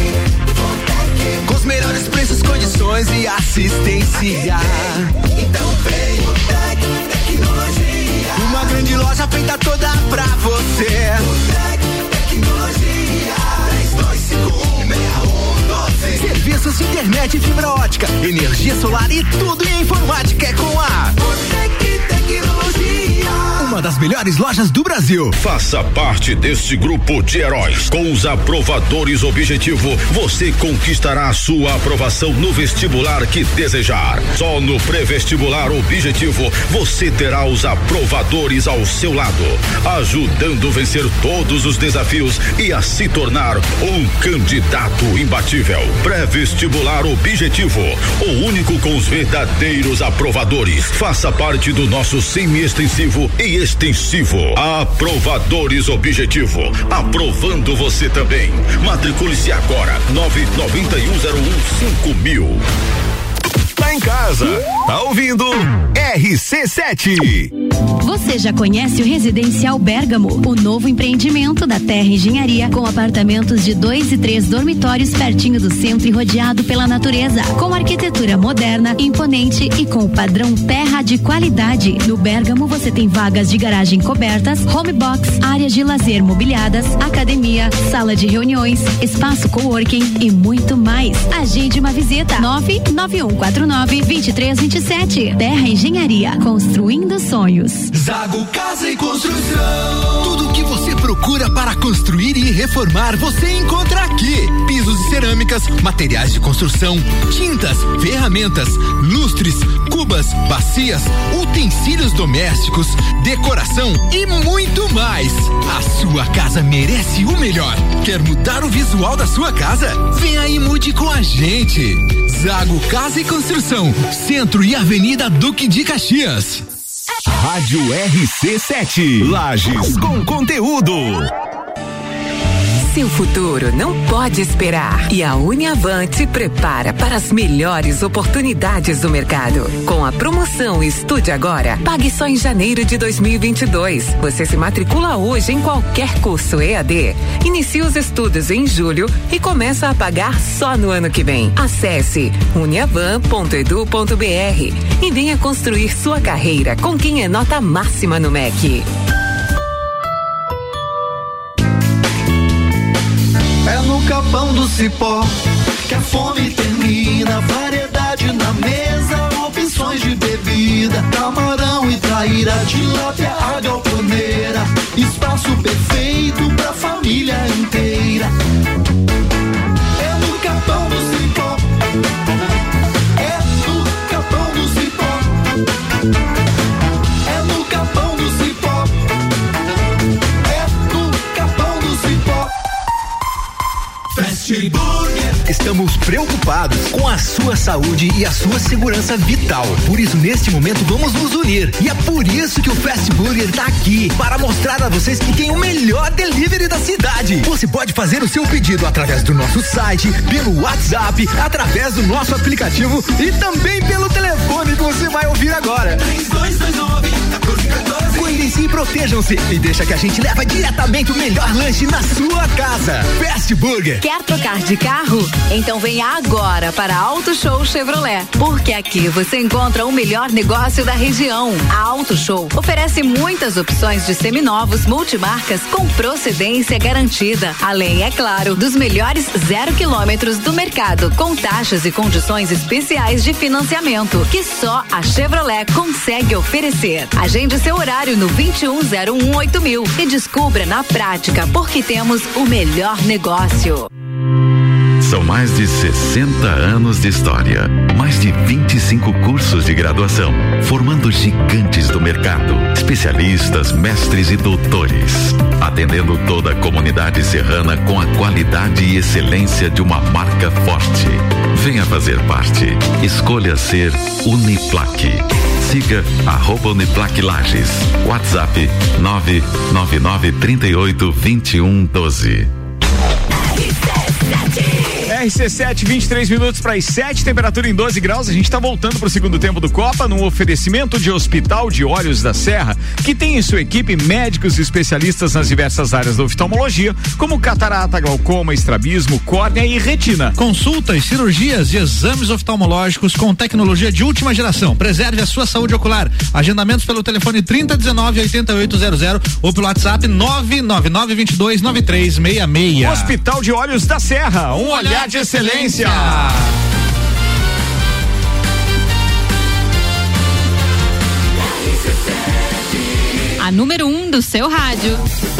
com os melhores preços, condições e assistência, então vem o Tec Tecnologia, uma grande loja feita toda pra você. O Tec Tecnologia, três dois cinco um, seis um um doze. Serviços de internet e fibra ótica, energia solar e tudo em informática é com a Tec Tecnologia, uma das melhores lojas do Brasil. Faça parte deste grupo de heróis. Com os aprovadores Objetivo, você conquistará a sua aprovação no vestibular que desejar. Só no pré-vestibular Objetivo, você terá os aprovadores ao seu lado, ajudando a vencer todos os desafios e a se tornar um candidato imbatível. Pré-vestibular Objetivo, o único com os verdadeiros aprovadores. Faça parte do nosso semi-extensivo e extensivo. Aprovadores Objetivo, aprovando você também. Matricule-se agora. nove nove um zero um cinco mil. Tá em casa, tá ouvindo R C sete. Você já conhece o Residencial Bérgamo, o novo empreendimento da Terra Engenharia, com apartamentos de dois e três dormitórios pertinho do centro e rodeado pela natureza, com arquitetura moderna, imponente e com padrão Terra de qualidade. No Bérgamo você tem vagas de garagem cobertas, home box, áreas de lazer mobiliadas, academia, sala de reuniões, espaço coworking e muito mais. Agende uma visita. nove nove um quatro nove, dois três dois sete. Terra Engenharia, construindo sonhos. Zago Casa e Construção. Tudo o que você procura para construir e reformar, você encontra aqui. Pisos e cerâmicas, materiais de construção, tintas, ferramentas, lustres, cubas, bacias, utensílios domésticos, decoração e muito mais. A sua casa merece o melhor. Quer mudar o visual da sua casa? Vem aí e mude com a gente. Zago Casa e Construção, Centro e Avenida Duque de Caxias. Rádio R C sete, Lages com conteúdo. Seu futuro não pode esperar e a Uniavan te prepara para as melhores oportunidades do mercado. Com a promoção Estude Agora, pague só em janeiro de dois mil e vinte e dois. Você se matricula hoje em qualquer curso E A D, inicia os estudos em julho e começa a pagar só no ano que vem. Acesse uniavan ponto edu ponto br e venha construir sua carreira com quem é nota máxima no M E C. É no Capão do Cipó que a fome termina, variedade na mesa, opções de bebida, camarão e traíra, tilápia, a galponeira, espaço perfeito pra família inteira. É no Capão do Cipó, é no Capão do Cipó, é no Capão do Cipó, é no Capão do Cipó. Fast Burger. Estamos preocupados com a sua saúde e a sua segurança vital. Por isso, neste momento, vamos nos unir. E é por isso que o Fast Burger tá aqui, para mostrar a vocês que tem o melhor delivery da cidade. Você pode fazer o seu pedido através do nosso site, pelo WhatsApp, através do nosso aplicativo e também pelo telefone que você vai ouvir agora. três dois dois nove, um quatro um quatro. Cuidem-se e protejam-se e deixa que a gente leva diretamente o melhor lanche na sua casa. Fast Burger. Quer trocar de carro? Então venha agora para Auto Show Chevrolet, porque aqui você encontra o melhor negócio da região. A Auto Show oferece muitas opções de seminovos multimarcas com procedência garantida, além, é claro, dos melhores zero quilômetros do mercado, com taxas e condições especiais de financiamento que só a Chevrolet consegue oferecer. Agende seu horário no vinte vinte e um zero um oito mil e descubra na prática porque temos o melhor negócio. São mais de sessenta anos de história, mais de vinte e cinco cursos de graduação, formando gigantes do mercado, especialistas, mestres e doutores, atendendo toda a comunidade serrana com a qualidade e excelência de uma marca forte. Venha fazer parte. Escolha ser Uniplac. Siga arroba Uniplac Lages. WhatsApp nove nove nove, três oito, vinte e um, doze. R C sete, vinte e três minutos para as sete, temperatura em doze graus. A gente está voltando para o segundo tempo do Copa, num oferecimento de Hospital de Olhos da Serra, que tem em sua equipe médicos e especialistas nas diversas áreas da oftalmologia, como catarata, glaucoma, estrabismo, córnea e retina. Consultas, cirurgias e exames oftalmológicos com tecnologia de última geração. Preserve a sua saúde ocular. Agendamentos pelo telefone trinta, dezenove, oitenta e oito zero zero ou pelo WhatsApp nove nove nove, vinte e dois, nove três seis seis. Hospital de Olhos da Serra, um olhar de excelência. A número um do seu rádio.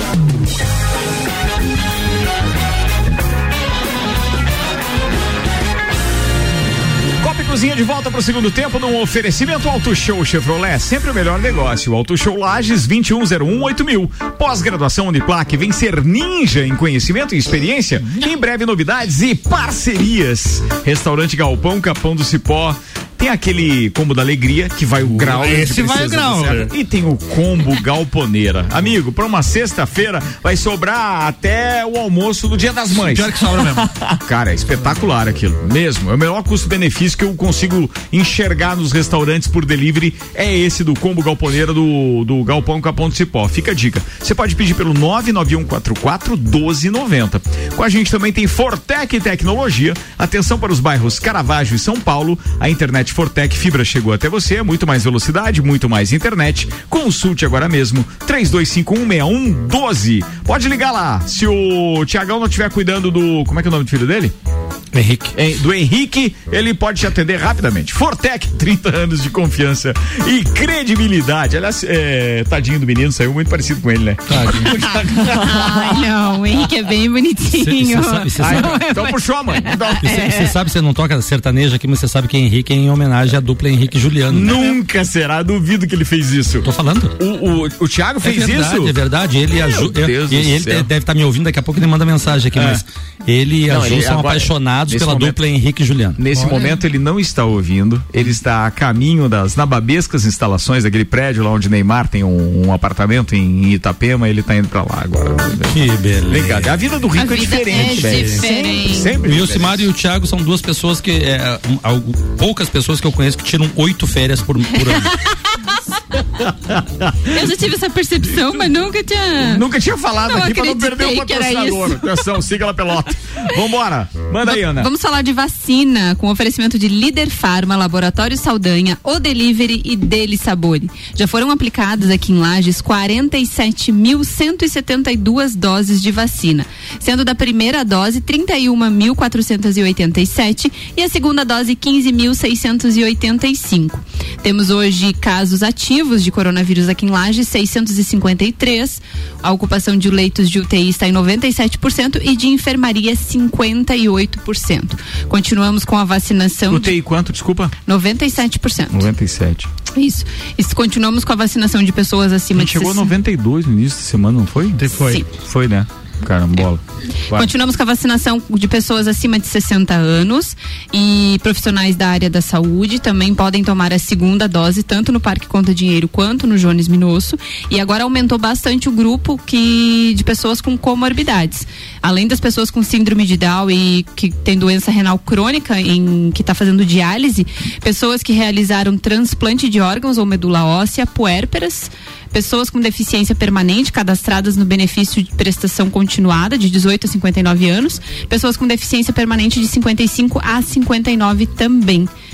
Copa e Cozinha de volta para o segundo tempo num oferecimento Auto Show Chevrolet, sempre o melhor negócio. Auto Show Lages vinte e um zero um oito mil. Pós-graduação Uniplac, vem ser ninja em conhecimento e experiência. Em breve novidades e parcerias. Restaurante Galpão Capão do Cipó. Tem aquele combo da alegria, que vai o grau. Esse vai o grau. E tem o combo galponeira. Amigo, pra uma sexta-feira vai sobrar até o almoço do Dia das Mães. Pior que sobra mesmo. Cara, é espetacular aquilo, mesmo. É o melhor custo-benefício que eu consigo enxergar nos restaurantes por delivery, é esse do combo galponeira do, do Galpão Capão do Cipó. Fica a dica. Você pode pedir pelo nove nove um quatro quatro, um dois nove zero. Com a gente também tem Fortec Tecnologia. Atenção para os bairros Caravaggio e São Paulo. A internet Fortec Fibra chegou até você, muito mais velocidade, muito mais internet. Consulte agora mesmo, três dois cinco um, seis um um dois. Pode ligar lá, se o Tiagão não estiver cuidando do, como é que é o nome do filho dele? Henrique. É, do Henrique, ele pode te atender rapidamente. Fortec, trinta anos de confiança e credibilidade. Aliás, é, tadinho do menino, saiu muito parecido com ele, né? Tadinho. Ai, não, o Henrique é bem bonitinho. Cê, cê sabe, cê sabe. Ai, então puxou, mãe. Você sabe, você não toca sertanejo aqui, mas você sabe que Henrique é em homenagem à dupla Henrique e Juliano. Né? Nunca será, duvido que ele fez isso. Tô falando. O, o, o Thiago fez é verdade, isso? É verdade, ele e a Ju. Ele, ele deve estar tá me ouvindo, daqui a pouco ele manda mensagem aqui, é. mas ele e a não, Ju são agora, apaixonados pela momento, dupla Henrique e Juliano. Nesse Olha. momento ele não está ouvindo, ele está a caminho das nababescas instalações daquele prédio lá onde Neymar tem um, um apartamento em Itapema, ele está indo pra lá agora. Que beleza. Vem cá, a vida do rico a é diferente, é velho. Diferente. Sempre. O Ilcimar e o Thiago são duas pessoas que, é, um, poucas pessoas que eu conheço que tiram oito férias por, por ano. Eu já tive essa percepção, mas nunca tinha. Nunca tinha falado não aqui pra não perder o patrocinador. Atenção, siga a pelota. Vambora, manda aí, Ana. Vamos falar de vacina, com oferecimento de Líder Farma, Laboratório Saldanha, O Delivery e Deli Sabore. Já foram aplicadas aqui em Lages quarenta e sete mil cento e setenta e duas doses de vacina, sendo da primeira dose trinta e um mil quatrocentos e oitenta e sete e a segunda dose quinze mil seiscentos e oitenta e cinco. Temos hoje casos ativos de coronavírus aqui em Lages, seiscentos e cinquenta e três. A ocupação de leitos de U T I está em noventa e sete por cento e de enfermaria cinquenta e oito por cento. Continuamos com a vacinação. U T I de... quanto, desculpa? noventa e sete por cento. noventa e sete. Isso. Isso. Continuamos com a vacinação de pessoas acima de chegou a noventa e dois no início da semana, não foi? Foi. Sim. Foi, né? Carambola. Vai. Continuamos com a vacinação de pessoas acima de sessenta anos e profissionais da área da saúde também podem tomar a segunda dose, tanto no Parque Conta Dinheiro quanto no Jones Minosso. E agora aumentou bastante o grupo que, de pessoas com comorbidades. Além das pessoas com síndrome de Down e que tem doença renal crônica, em, que está fazendo diálise, pessoas que realizaram transplante de órgãos ou medula óssea, puérperas, pessoas com deficiência permanente cadastradas no benefício de prestação continuada de dezoito a cinquenta e nove anos, pessoas com deficiência permanente de cinquenta e cinco a cinquenta e nove também.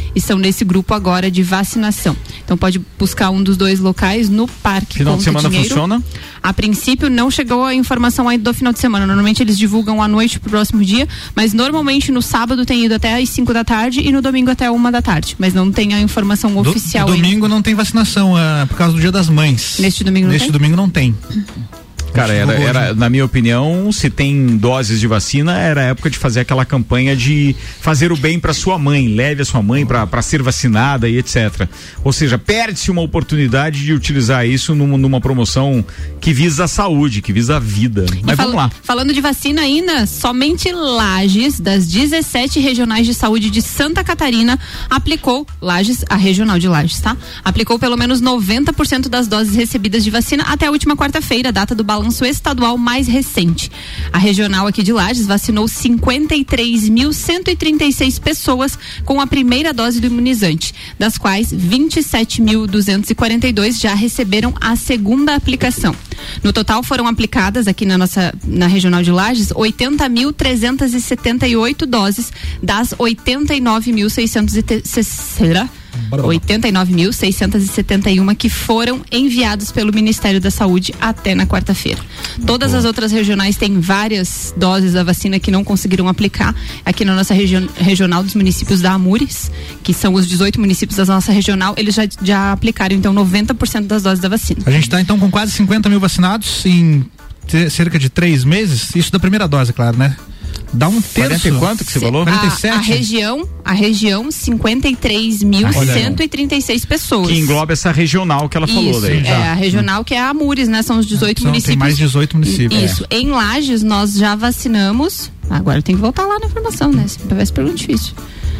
estão nesse grupo agora de vacinação. Então pode buscar um dos dois locais no Parque Final Conta de semana Dinheiro. funciona? A princípio não chegou a informação ainda do final de semana. Normalmente eles divulgam à noite pro próximo dia, mas normalmente no sábado tem ido até às cinco da tarde e no domingo até uma da tarde. Mas não tem a informação Do, oficial domingo ainda. não tem vacinação uh, por causa do Dia das Mães. Neste domingo não Neste tem? domingo não tem. Cara, era, era, na minha opinião, se tem doses de vacina, era a época de fazer aquela campanha de fazer o bem para sua mãe, leve a sua mãe para ser vacinada e etcétera. Ou seja, perde-se uma oportunidade de utilizar isso numa, numa promoção que visa a saúde, que visa a vida. Mas fal- vamos lá. Falando de vacina ainda, somente Lages, das dezessete regionais de saúde de Santa Catarina, aplicou, Lages, a regional de Lages, tá? Aplicou pelo menos noventa por cento das doses recebidas de vacina até a última quarta-feira, data do balanço estadual mais recente. A regional aqui de Lages vacinou cinquenta e três mil cento e trinta e seis pessoas com a primeira dose do imunizante, das quais vinte e sete mil duzentos e quarenta e dois já receberam a segunda aplicação. No total foram aplicadas aqui na nossa na regional de Lages oitenta mil trezentos e setenta e oito doses das oitenta e nove mil seiscentos e sessenta oitenta e nove mil seiscentos e setenta e um que foram enviados pelo Ministério da Saúde até na quarta-feira. Todas as outras regionais têm várias doses da vacina que não conseguiram aplicar. Aqui na nossa região regional dos municípios da Amures, que são os dezoito municípios da nossa regional, eles já, já aplicaram então noventa por cento das doses da vacina. A gente está então com quase cinquenta mil vacinados em t- cerca de três meses, isso da primeira dose, claro, né? Dá um terço. quarenta e quanto que você falou? quarenta e sete? A, a região, a região cinquenta e três mil cento e trinta e seis pessoas. Que engloba essa regional que ela Isso, falou daí. é a regional que é a Amures, né? São os dezoito São, municípios. tem mais dezoito municípios. Isso. É. Em Lages nós já vacinamos. Agora eu tenho que voltar lá na informação, né? Parece pergunta difícil.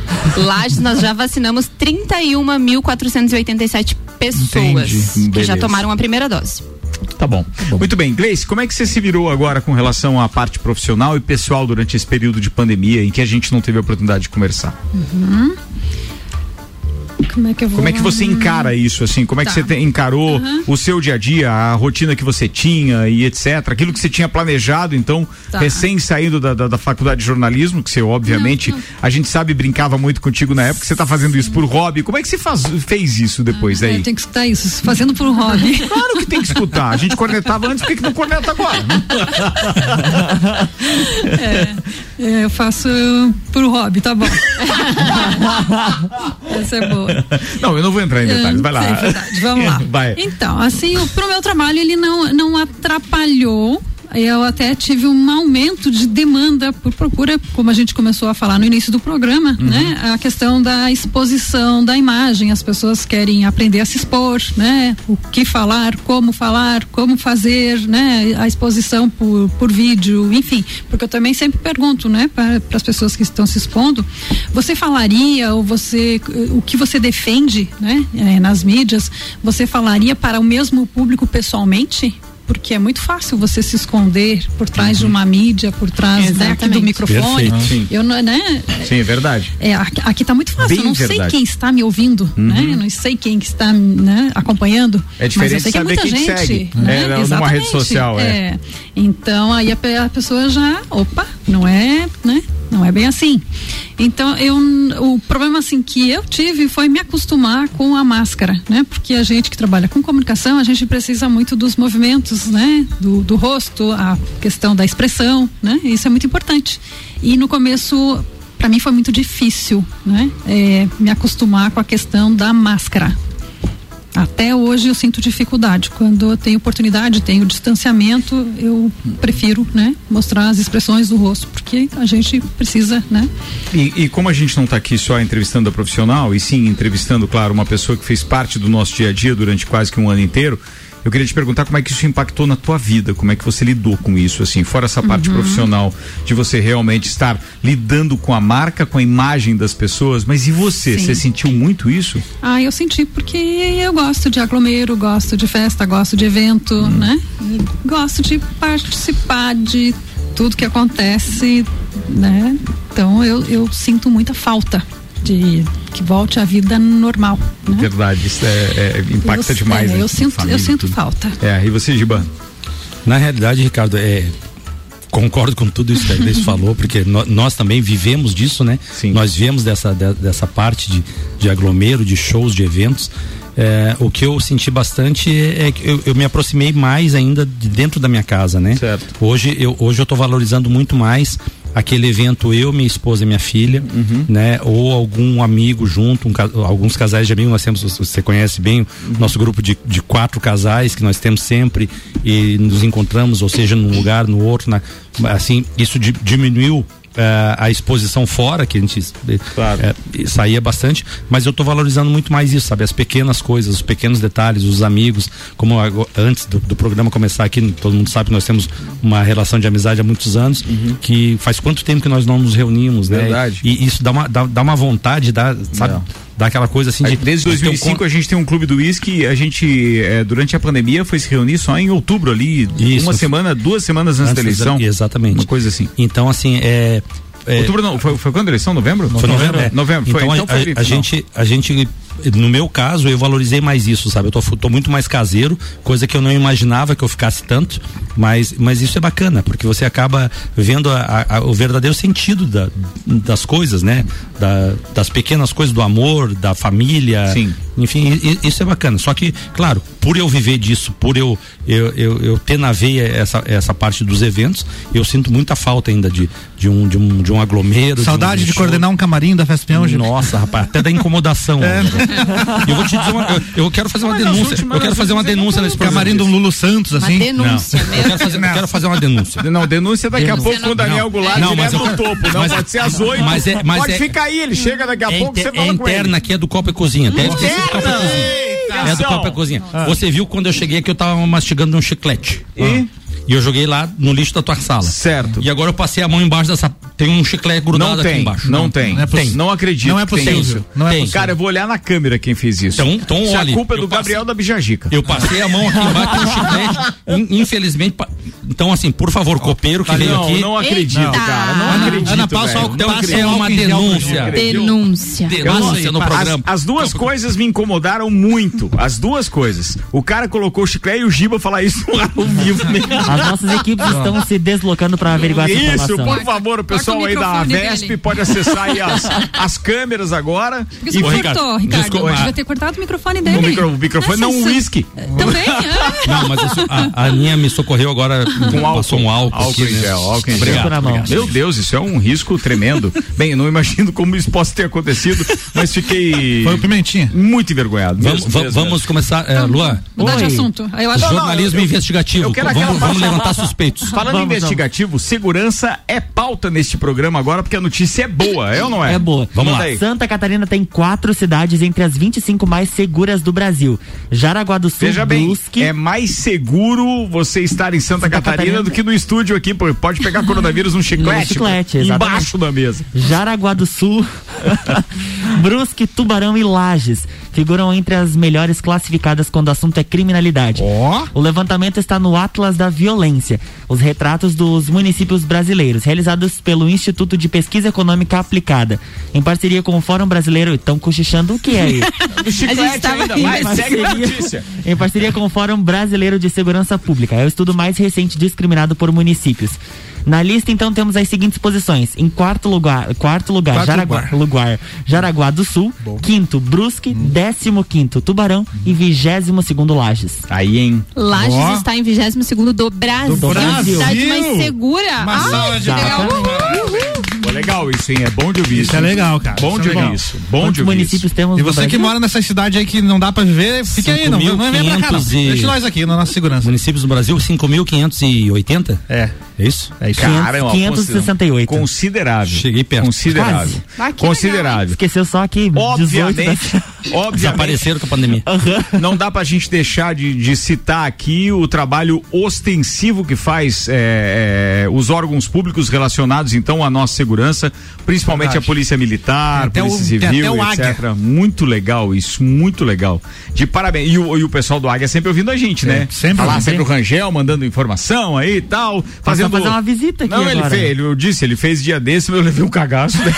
Lages nós já vacinamos trinta e um mil quatrocentos e oitenta e sete pessoas. Entendi. Que Beleza. já tomaram a primeira dose. Tá bom. Muito bem. Gleice, como é que você se virou agora com relação à parte profissional e pessoal durante esse período de pandemia em que a gente não teve a oportunidade de conversar? Uhum. Como é que eu vou... Como é que você encara isso, assim? Como é Tá. que você te- encarou Uhum. o seu dia a dia, a rotina que você tinha e etcétera? Aquilo que você tinha planejado, então, Tá. recém saindo da, da, da faculdade de jornalismo, que você, obviamente, Não, não. a gente sabe, brincava muito contigo na época, você tá fazendo isso por hobby. Como é que você faz, fez isso depois daí? É, tem que escutar isso, fazendo por hobby. Claro que tem que escutar. A gente cornetava antes, por que que não corneta agora? É, é, eu faço por hobby, tá bom. Essa é boa. Não, eu não vou entrar em detalhes, vai lá. É verdade, vamos lá. Vai. Então, assim, o, pro meu trabalho ele não, não atrapalhou. Eu até tive um aumento de demanda por procura, como a gente começou a falar no início do programa, Uhum. né? A questão da exposição da imagem, as pessoas querem aprender a se expor, né? O que falar, como falar, como fazer, né? A exposição por, por vídeo, enfim, porque eu também sempre pergunto, né? Para as pessoas que estão se expondo, você falaria ou você, o que você defende, né? É, nas mídias, você falaria para o mesmo público pessoalmente? Porque é muito fácil você se esconder por trás de uma mídia, por trás, né, aqui do microfone. Perfeito. Sim. Eu não, né? Sim, é verdade. É, aqui, aqui tá muito fácil. Bem eu não verdade. sei quem está me ouvindo, Uhum. né? Eu não sei quem que está, né, acompanhando. É diferente mas eu sei que é saber muita quem te gente, segue, né? é, numa Exatamente. rede social, é. Então aí a, pe- a pessoa já, opa, não é, né? Não é bem assim. Então, eu, o problema assim que eu tive foi me acostumar com a máscara, né? Porque a gente que trabalha com comunicação, a gente precisa muito dos movimentos, né? Do, do rosto, a questão da expressão, né? Isso é muito importante. E no começo, para mim foi muito difícil, né? É, me acostumar com a questão da máscara. Até hoje eu sinto dificuldade. Quando eu tenho oportunidade, tenho distanciamento, eu prefiro, né, mostrar as expressões do rosto, porque a gente precisa, né? E, e como a gente não está aqui só entrevistando a profissional, e sim entrevistando, claro, uma pessoa que fez parte do nosso dia a dia durante quase que um ano inteiro, eu queria te perguntar como é que isso impactou na tua vida, como é que você lidou com isso, assim, fora essa parte Uhum. profissional de você realmente estar lidando com a marca, com a imagem das pessoas, mas e você? Sim. Você sentiu muito isso? Ah, eu senti porque eu gosto de aglomero, gosto de festa, gosto de evento, Hum. né? E gosto de participar de tudo que acontece, né? Então eu, eu sinto muita falta de que volte à vida normal, né? Verdade, isso é, é, impacta Eu- demais. é, né, eu com sinto- família eu e sinto tudo. falta. É, e você, Giban? Na realidade, Ricardo, é concordo com tudo isso que a Inês falou, porque no, nós também vivemos disso, né? Sim. Nós viemos dessa, de, dessa parte de, de aglomero, de shows, de eventos. É, o que eu senti bastante é que eu, eu me aproximei mais ainda de dentro da minha casa, né? Certo. Hoje eu, hoje eu tô valorizando muito mais aquele evento, eu, minha esposa e minha filha, uhum. né? Ou algum amigo junto, um, alguns casais de amigos, nós temos, você conhece bem, o uhum. nosso grupo de, de quatro casais que nós temos sempre e nos encontramos, ou seja, num lugar, no outro, na, assim, isso di, diminuiu Uh, a exposição fora, que a gente claro. uh, saía bastante, mas eu tô valorizando muito mais isso, sabe? As pequenas coisas, os pequenos detalhes, os amigos, como agora, antes do, do programa começar aqui, todo mundo sabe que nós temos uma relação de amizade há muitos anos, uhum. que faz quanto tempo que nós não nos reunimos, né? Verdade. E, e isso dá uma, dá, dá uma vontade, dá, sabe? Não. Dá aquela coisa assim de. Desde dois mil e cinco um... a gente tem um clube do uísque, a gente, é, durante a pandemia, foi se reunir só em outubro ali, isso. uma semana, duas semanas antes, antes da eleição. Exatamente. Uma coisa assim. Então, assim, é. é outubro não, foi, foi quando a eleição? Novembro? Foi novembro. É. Novembro, foi. Então, então a, foi, a, a gente, a gente, no meu caso, eu valorizei mais isso, sabe? Eu tô, tô muito mais caseiro, coisa que eu não imaginava que eu ficasse tanto, mas, mas isso é bacana, porque você acaba vendo a, a, o verdadeiro sentido da, das coisas, né? Da, das pequenas coisas, do amor, da família. Sim. Enfim, isso é bacana. Só que, claro, por eu viver disso, por eu, eu, eu, eu ter na veia essa, essa parte dos eventos, eu sinto muita falta ainda de, de, um, de, um, de um aglomero. Saudade de, um, de coordenar um camarim da Festa Peão. Nossa, rapaz, até da incomodação. É. Eu vou te dizer uma, eu, eu quero fazer uma mas denúncia. Últimas, eu quero fazer uma denúncia nesse programa. Camarim do Lulu Santos, assim. Uma denúncia não. Eu quero, fazer, eu quero fazer uma denúncia. Não, denúncia daqui denúncia. a pouco com o Daniel Goulart não, mas direto eu, no topo. Não, mas, pode ser às oito. Mas é, mas pode é, ficar aí, ele chega daqui a é pouco, inter, você fala é com ele. interna aqui, é do Copa e Cozinha. Deve ter sido Copa e Cozinha. É do Copa e Cozinha. Ah. Você viu quando eu cheguei aqui, eu tava mastigando um chiclete. E? Ah. E eu joguei lá no lixo da tua sala. Certo. E agora eu passei a mão embaixo dessa. Tem um chiclete grudado não tem, aqui embaixo. Não, não tem. Não, é tem. Não acredito. Não é possível. Isso. Não é tem. possível. Cara, eu vou olhar na câmera quem fez isso. Então, então Se olha. A culpa é do passei, Gabriel da Bijagica. Eu passei a mão aqui embaixo com um chiclete. Infelizmente. Então, assim, por favor, copeiro que não, veio aqui. Não acredito, Eita. cara. Não Ana, acredito. Ana, passa ao, então, passa é uma denúncia. Denúncia. Denúncia no programa. As, as duas coisas me incomodaram muito. As duas coisas. O cara colocou o chiclete e o Giba falar isso ao vivo. As nossas equipes estão se deslocando para averiguar essa informação. Isso, por favor, o pessoal aí da Vesp dele. Pode acessar aí as, as câmeras agora. Porque você cortou, Ricardo. Desculpa. Devia ter cortado o microfone dele. O, micro, o microfone não, um uísque. Também? Não, mas isso, a, a minha me socorreu agora com álcool. Passou um álcool. Álcool em gel, álcool em gel. Meu Deus, isso é um risco tremendo. Bem, eu não imagino como isso possa ter acontecido, mas fiquei. Foi o Pimentinha. Muito envergonhado. Vamos, mesmo, mesmo, vamos mesmo. começar, é, Luan. Mudar de assunto. Eu acho... Jornalismo não, não, eu, investigativo. Eu quero vamos vamos levantar suspeitos. Falando vamos, em investigativo, vamos. Segurança é pauta neste programa agora, porque a notícia é boa, é ou não é? É boa. Vamos lá. Aí. Santa Catarina tem quatro cidades entre as vinte e cinco mais seguras do Brasil. Jaraguá do Sul, Veja bem, Brusque... é mais seguro você estar em Santa, Santa Catarina, Catarina do que no estúdio aqui, pode pegar coronavírus num chiclete, no chiclete embaixo da mesa. Jaraguá do Sul, Brusque, Tubarão e Lages figuram entre as melhores classificadas quando o assunto é criminalidade. Oh. O levantamento está no Atlas da Violência, os retratos dos municípios brasileiros, realizados pelo Instituto de Pesquisa Econômica Aplicada, em parceria com o Fórum Brasileiro. Estão cochichando o que é aí? Do chiclete ainda, mas segue a notícia. Em parceria com o Fórum Brasileiro de Segurança Pública. É o estudo mais recente discriminado por municípios. Na lista, então, temos as seguintes posições. Em quarto lugar, quarto lugar, quarto Jaraguá, lugar. lugar, Jaraguá do Sul. Bom. Quinto, Brusque. Hum. Décimo quinto, Tubarão. Hum. E vigésimo segundo, Lages. Aí, hein? Lages oh. está em vigésimo segundo do Brasil. Do Brasil. Cidade mais segura. Uma ah, de legal. Pô, legal isso, hein? É bom de ouvir isso. Isso é legal, cara. Bom isso de é ouvir isso. Bom Quantos de ouvir municípios isso. temos E você que mora nessa cidade aí que não dá pra viver, fica aí, não, não vem pra cá, não. Deixa nós aqui na nossa segurança. Municípios do Brasil, cinco mil quinhentos e oitenta? É. É isso? É isso. Cara, quinhentos e sessenta e oito. Considerável. Cheguei perto. Considerável. Ah, Considerável. Esqueceu só que obviamente, obviamente desapareceram com a pandemia. Uhum. Não dá pra gente deixar de, de citar aqui o trabalho ostensivo que faz é, é, os órgãos públicos relacionados então à nossa segurança. segurança, principalmente Verdade. a polícia militar, tem polícia o, civil, etcétera. Muito legal isso, muito legal. De parabéns. E o, e o pessoal do Águia sempre ouvindo a gente, né? Sempre. Falar sempre o Rangel, mandando informação aí e tal. Fazendo... fazer uma visita aqui Não, agora. ele fez, ele, eu disse, ele fez dia desse, eu levei um cagaço dele.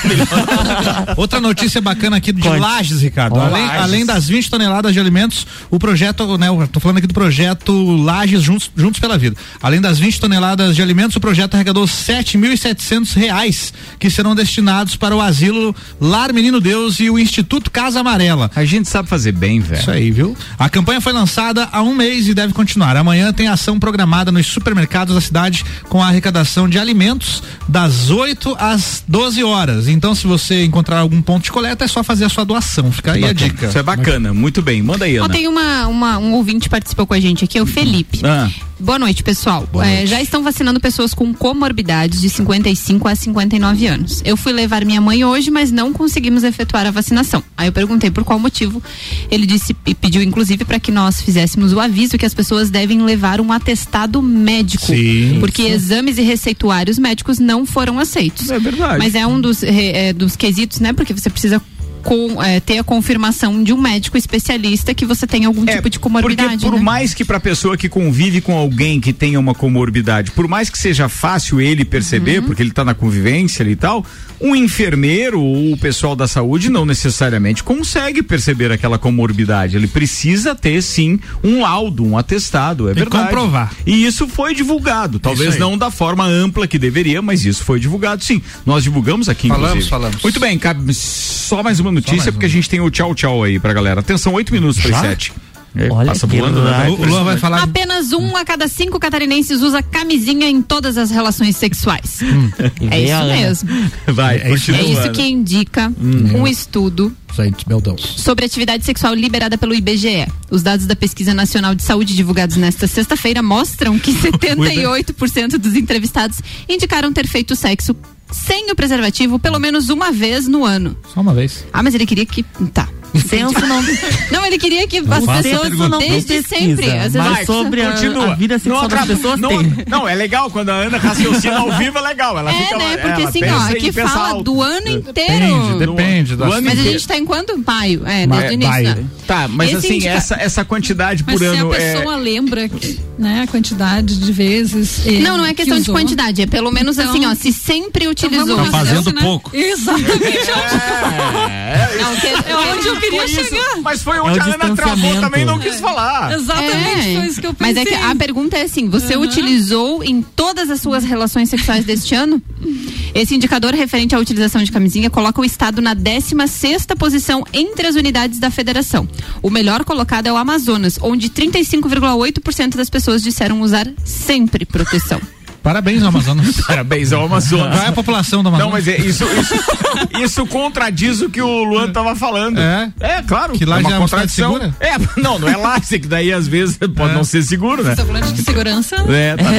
Outra notícia bacana aqui de Lages, Ricardo. Oh, além, Lages. além das vinte toneladas de alimentos, o projeto, né, eu tô falando aqui do projeto Lages Juntos, Juntos pela Vida. Além das vinte toneladas de alimentos, o projeto arrecadou sete mil e setecentos reais que serão destinados para o asilo Lar Menino Deus e o Instituto Casa Amarela. A gente sabe fazer bem, velho. Isso aí, viu? A campanha foi lançada há um mês e deve continuar. Amanhã tem ação programada nos supermercados da cidade com a arrecadação de alimentos das oito às doze horas. Então, se você encontrar algum ponto de coleta, é só fazer a sua doação. Fica aí bacana. a dica. Isso é bacana, muito bem. Manda aí, Ana. Ó, tem uma, uma, um ouvinte que participou com a gente aqui, é o Felipe. Ah. Boa noite, pessoal. Boa É, noite. já estão vacinando pessoas com comorbidades de cinquenta e cinco a cinquenta e nove anos. Eu fui levar minha mãe hoje, mas não conseguimos efetuar a vacinação. Aí eu perguntei por qual motivo. Ele disse e pediu, inclusive, para que nós fizéssemos o aviso que as pessoas devem levar um atestado médico. Sim. Porque exames e receituários médicos não foram aceitos. É verdade. Mas é um dos, é, dos quesitos, né? Porque você precisa Com, é, ter a confirmação de um médico especialista que você tem algum É, tipo de comorbidade. Porque por né? mais que pra pessoa que convive com alguém que tenha uma comorbidade, por mais que seja fácil ele perceber, Uhum. porque ele tá na convivência ali e tal, um enfermeiro ou o pessoal da saúde não necessariamente consegue perceber aquela comorbidade. Ele precisa ter sim um laudo, um atestado, é Tem que verdade. comprovar. E isso foi divulgado, talvez Isso aí. não da forma ampla que deveria, mas isso foi divulgado sim. Nós divulgamos aqui, Falamos, inclusive. falamos. Muito bem, cabe só mais uma notícia, mais porque uma. a gente tem o tchau tchau aí pra galera. Atenção, oito minutos para Já? sete. É, Olha passa que voando, né? louco. O Luan vai falar. Apenas um a cada cinco catarinenses usa camisinha em todas as relações sexuais. É veio a Ana. isso mesmo. Vai, É isso É continua. isso que indica um estudo Gente, meu Deus. sobre atividade sexual liberada pelo I B G E. Os dados da Pesquisa Nacional de Saúde divulgados nesta sexta-feira mostram que setenta e oito por cento dos entrevistados indicaram ter feito sexo sem o preservativo pelo menos uma vez no ano. Só uma vez. Ah, mas ele queria que... Tá. Senso não. Não, ele queria que as faça pessoas pergunta. Não desde pesquisa, sempre. Às vezes mas as sobre a, Continua. a vida sexual Não das atrapa- pessoas não, tem. Não, é legal quando a Ana raciocina ao vivo, é legal. Ela É, fica, né? Porque ela assim, pensa ó, e aqui pensa fala alto. do ano inteiro. Depende, depende. Do das- ano Mas a inteiro. gente tá em quando? Maio. É, Ma- desde o início. maio. né? Tá, mas Esse assim, indica- essa, essa quantidade Mas por se a ano é... pessoa lembra, né, a quantidade de vezes. eh, Não, não é questão de usou. quantidade, é pelo menos Então- assim, ó, se sempre utilizou. vamos Tá fazendo Isso, né? pouco. Exatamente. É, Não, que- É onde eu queria foi isso. chegar. Mas foi É onde o a Ana travou distanciamento. também, não quis falar. Exatamente, foi isso que eu pensei. Mas é que a pergunta é assim, você Uhum. utilizou em todas as suas relações sexuais deste ano? Esse indicador referente à utilização de camisinha coloca o estado na décima sexta posição entre as unidades da federação. O melhor colocado é o Amazonas, onde trinta e cinco vírgula oito por cento das pessoas disseram usar sempre proteção. Parabéns, Amazonas. Parabéns ao Amazonas. Qual é a população do Amazonas? Não, mas é, isso, isso, isso contradiz o que o Luan tava falando. É? É, claro. Que lá é já uma é uma cidade contradição. segura? É, não, não é lá, isso que daí às vezes pode É. não ser seguro, né? Você tá falando de segurança? É, tá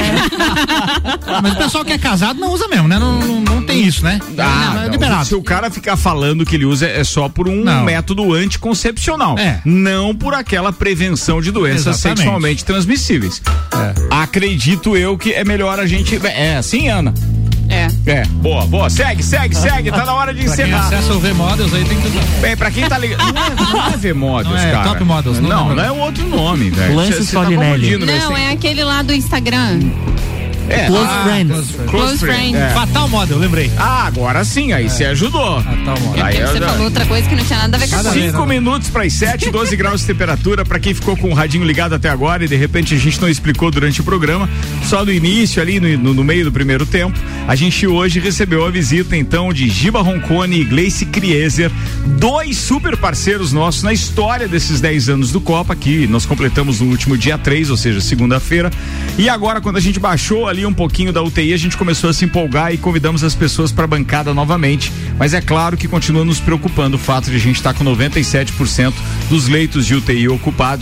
vendo? Mas o pessoal que é casado não usa mesmo, né? Não, não, não tem isso, né? Ah, é não. liberado. Se o cara ficar falando que ele usa é só por um Não. método anticoncepcional, É. não por aquela prevenção de doenças Exatamente. sexualmente transmissíveis. É. Acredito eu que é melhor a gente. É assim, Ana? É. É, boa, boa. Segue, segue, segue. Tá na hora de Pra quem encerrar. acessa o V-Models aí tem que usar. Bem, pra quem tá ligado. Não é, não é V-Models, Não é cara. Top Models, não Não, lembro. não é outro nome, velho. Lance Cê- cê tá Solinelli. confundindo, velho. Não, Cê- é aquele lá do Instagram. É. Close Ah, Friends. Close friends. Close Friend. É. Fatal Model, lembrei. Ah, agora sim, aí você ajudou. Fatal É Model. Aí porque eu você já- falou outra coisa que não tinha nada a ver com Nada a a ver. coisa. Cinco minutos para as sete, doze graus de temperatura. Para quem ficou com o radinho ligado até agora e de repente a gente não explicou durante o programa, só no início ali, no, no- no meio do primeiro tempo, a gente hoje recebeu a visita então de Giba Roncone e Gleice Krieser, dois super parceiros nossos na história desses dez anos do Copa, que nós completamos no último dia três, ou seja, segunda-feira. E agora, quando a gente baixou ali um pouquinho da U T I, a gente começou a se empolgar e convidamos as pessoas para a bancada novamente. Mas é claro que continua nos preocupando o fato de a gente estar com noventa e sete por cento dos leitos de U T I ocupados.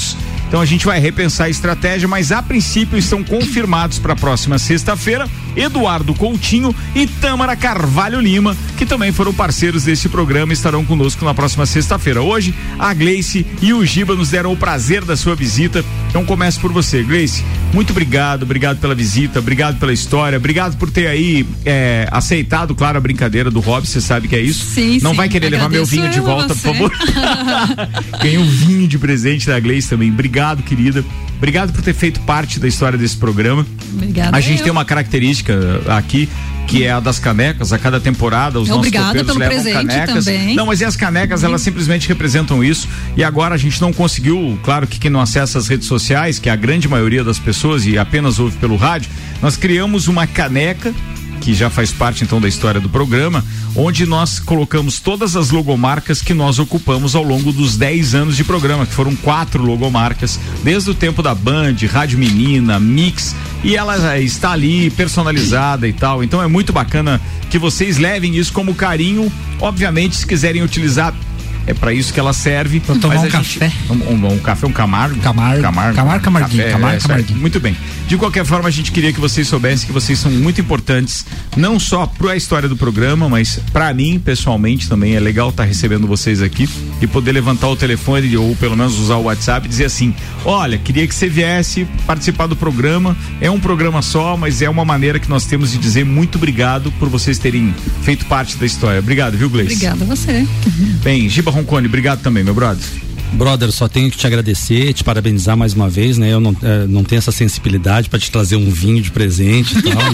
Então a gente vai repensar a estratégia, mas a princípio estão confirmados para a próxima sexta-feira Eduardo Coutinho e Tâmara Carvalho Lima, que também foram parceiros deste programa, estarão conosco na próxima sexta-feira. Hoje, a Gleice e o Giba nos deram o prazer da sua visita. Então começo por você, Gleice. Muito obrigado, obrigado pela visita, obrigado pela história, obrigado por ter aí é, aceitado, claro, a brincadeira do Rob, você sabe que é isso. Sim, Não sim. vai querer levar meu vinho de volta, você. por favor. Ganhei um vinho de presente da Gleice também. Obrigado, querida. Obrigado por ter feito parte da história desse programa. Obrigada. A gente eu. tem uma característica aqui, que é a das canecas. A cada temporada os Obrigada nossos copeiros levam canecas. Também. Não, mas e as canecas, elas simplesmente representam isso. E agora a gente não conseguiu, claro que quem não acessa as redes sociais, que é a grande maioria das pessoas e apenas ouve pelo rádio, nós criamos uma caneca que já faz parte então da história do programa, onde nós colocamos todas as logomarcas que nós ocupamos ao longo dos dez anos de programa, que foram quatro logomarcas, desde o tempo da Band, Rádio Menina, Mix, e ela está ali personalizada e tal. Então é muito bacana que vocês levem isso como carinho. Obviamente, se quiserem utilizar, é pra isso que ela serve. Pra tomar mas um a café. Gente, um, um, um café, um Camargo. Camargo. Camargo. Camargo, Camarguinho. Café, Camargo, é, Camarguinho. Muito bem. De qualquer forma, a gente queria que vocês soubessem que vocês são muito importantes, não só para a história do programa, mas para mim, pessoalmente, também é legal estar tá recebendo vocês aqui e poder levantar o telefone ou pelo menos usar o WhatsApp e dizer assim: olha, queria que você viesse participar do programa. É um programa só, mas é uma maneira que nós temos de dizer muito obrigado por vocês terem feito parte da história. Obrigado, viu, Gleice? Obrigada a você. Bem, Giba Roncone, obrigado também, meu brother. Brother, só tenho que te agradecer, te parabenizar mais uma vez, né? Eu não, é, não tenho essa sensibilidade para te trazer um vinho de presente e tal,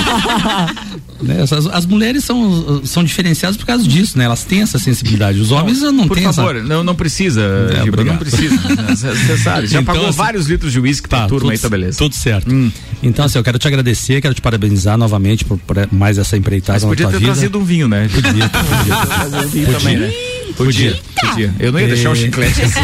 né? né? As, as mulheres são, são diferenciadas por causa disso, né? Elas têm essa sensibilidade. Os homens não, não por têm. Por favor, essa... não, não precisa, é, Giba, não precisa. Você sabe, já então, pagou assim, vários litros de uísque pra tá, turma tudo, aí, tá beleza. Tudo certo. Hum. Então, assim, eu quero te agradecer, quero te parabenizar novamente por, por mais essa empreitada. Mas podia ter trazido um vinho, né? Podia, podia. Trazer um vinho também, né? Podia, podia. Eu não ia deixar o chiclete assim.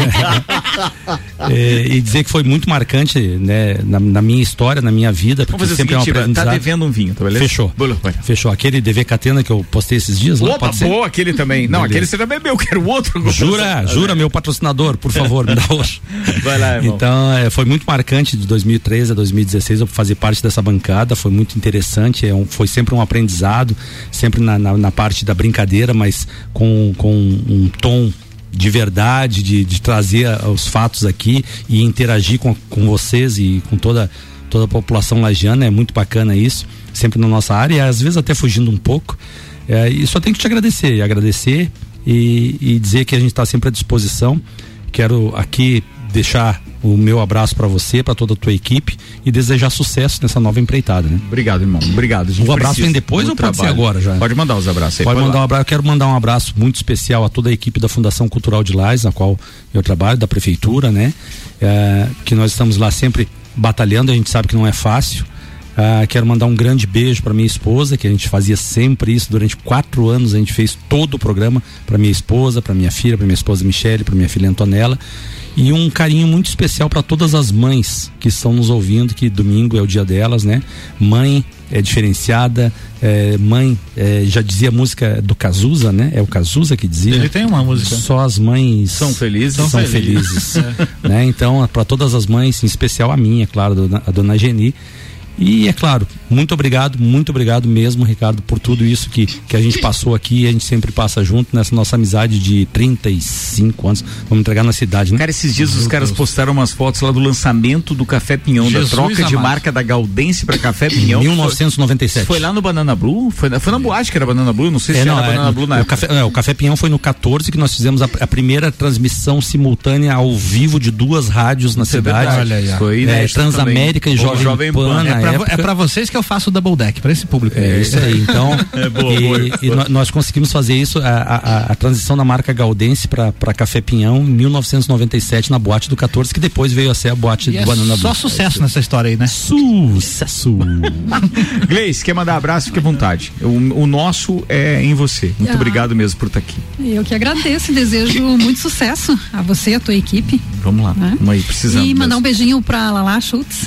é, e dizer que foi muito marcante, né, na, na minha história, na minha vida. Porque Vamos fazer sempre o seguinte, é um tá devendo um vinho, tá beleza? Fechou. Bolo, Fechou. Aquele D V Catena que eu postei esses dias lá. Opa, boa, aquele também. Não, beleza. Aquele você já bebeu, quero outro. Jura, jura, meu patrocinador, por favor, me dá hoje. Vai lá, irmão. Então, é, foi muito marcante de dois mil e treze a dois mil e dezesseis eu fazer parte dessa bancada, foi muito interessante, é um, foi sempre um aprendizado, sempre na, na, na parte da brincadeira, mas com, com um tom de verdade, de, de trazer os fatos aqui e interagir com, com vocês e com toda, toda a população lagiana. É muito bacana isso, sempre na nossa área, e às vezes até fugindo um pouco. É, e só tenho que te agradecer, agradecer e, e dizer que a gente está sempre à disposição. Quero aqui deixar o meu abraço para você, para toda a tua equipe e desejar sucesso nessa nova empreitada, né? Obrigado, irmão. Obrigado. O abraço vem depois ou pode ser agora já? Pode mandar os abraços aí. Pode, pode mandar um abraço. Eu quero mandar um abraço muito especial a toda a equipe da Fundação Cultural de Lages, na qual eu trabalho, da prefeitura, né? É, que nós estamos lá sempre batalhando, a gente sabe que não é fácil. Uh, quero mandar um grande beijo para minha esposa, que a gente fazia sempre isso durante quatro anos. A gente fez todo o programa para minha esposa, para minha filha, para minha esposa Michele, para minha filha Antonella, e um carinho muito especial para todas as mães que estão nos ouvindo, que domingo é o dia delas, né? Mãe é diferenciada, é, mãe, é, já dizia a música do Cazuza, né? É o Cazuza que dizia. Ele tem uma música. Só as mães são felizes. São, são felizes, felizes. É. Né? Então, para todas as mães, em especial a minha, claro, a dona, a dona Geni. E é claro, muito obrigado, muito obrigado mesmo, Ricardo, por tudo isso que, que a gente passou aqui, a gente sempre passa junto nessa nossa amizade de trinta e cinco anos. Vamos entregar na cidade, né? Cara, esses dias Meu os caras Deus. postaram umas fotos lá do lançamento do Café Pinhão, Jesus da troca amado. de marca da Gaudense para Café Pinhão. mil novecentos e noventa e sete. Foi lá no Banana Blue? Foi na, foi na boate que era Banana Blue? Não sei se é, não, era é, Banana Blue na o época. Café, é, o Café Pinhão foi no quatorze que nós fizemos a, a primeira transmissão simultânea ao vivo de duas rádios na Isso cidade. É olha aí, foi é, Transamérica também. e Jovem, Jovem Pan. Pan é, pra, é pra vocês que eu faço o double deck, para esse público. É isso aí, então. é boa, e, boa, e boa. nós conseguimos fazer isso, a, a, a transição da marca Gaudense para Café Pinhão em mil novecentos e noventa e sete na boate do quatorze, que depois veio a ser a boate e do é Banana Só Blue. sucesso é nessa história aí, né? Sucesso! Gleice, quer mandar abraço? Fique à vontade. O, o nosso é em você. Muito ah, obrigado mesmo por estar aqui. Eu que agradeço e desejo muito sucesso a você e a tua equipe. Vamos lá, né? Vamos aí, precisamos. E mandar mesmo. um beijinho pra Lala Schultz, que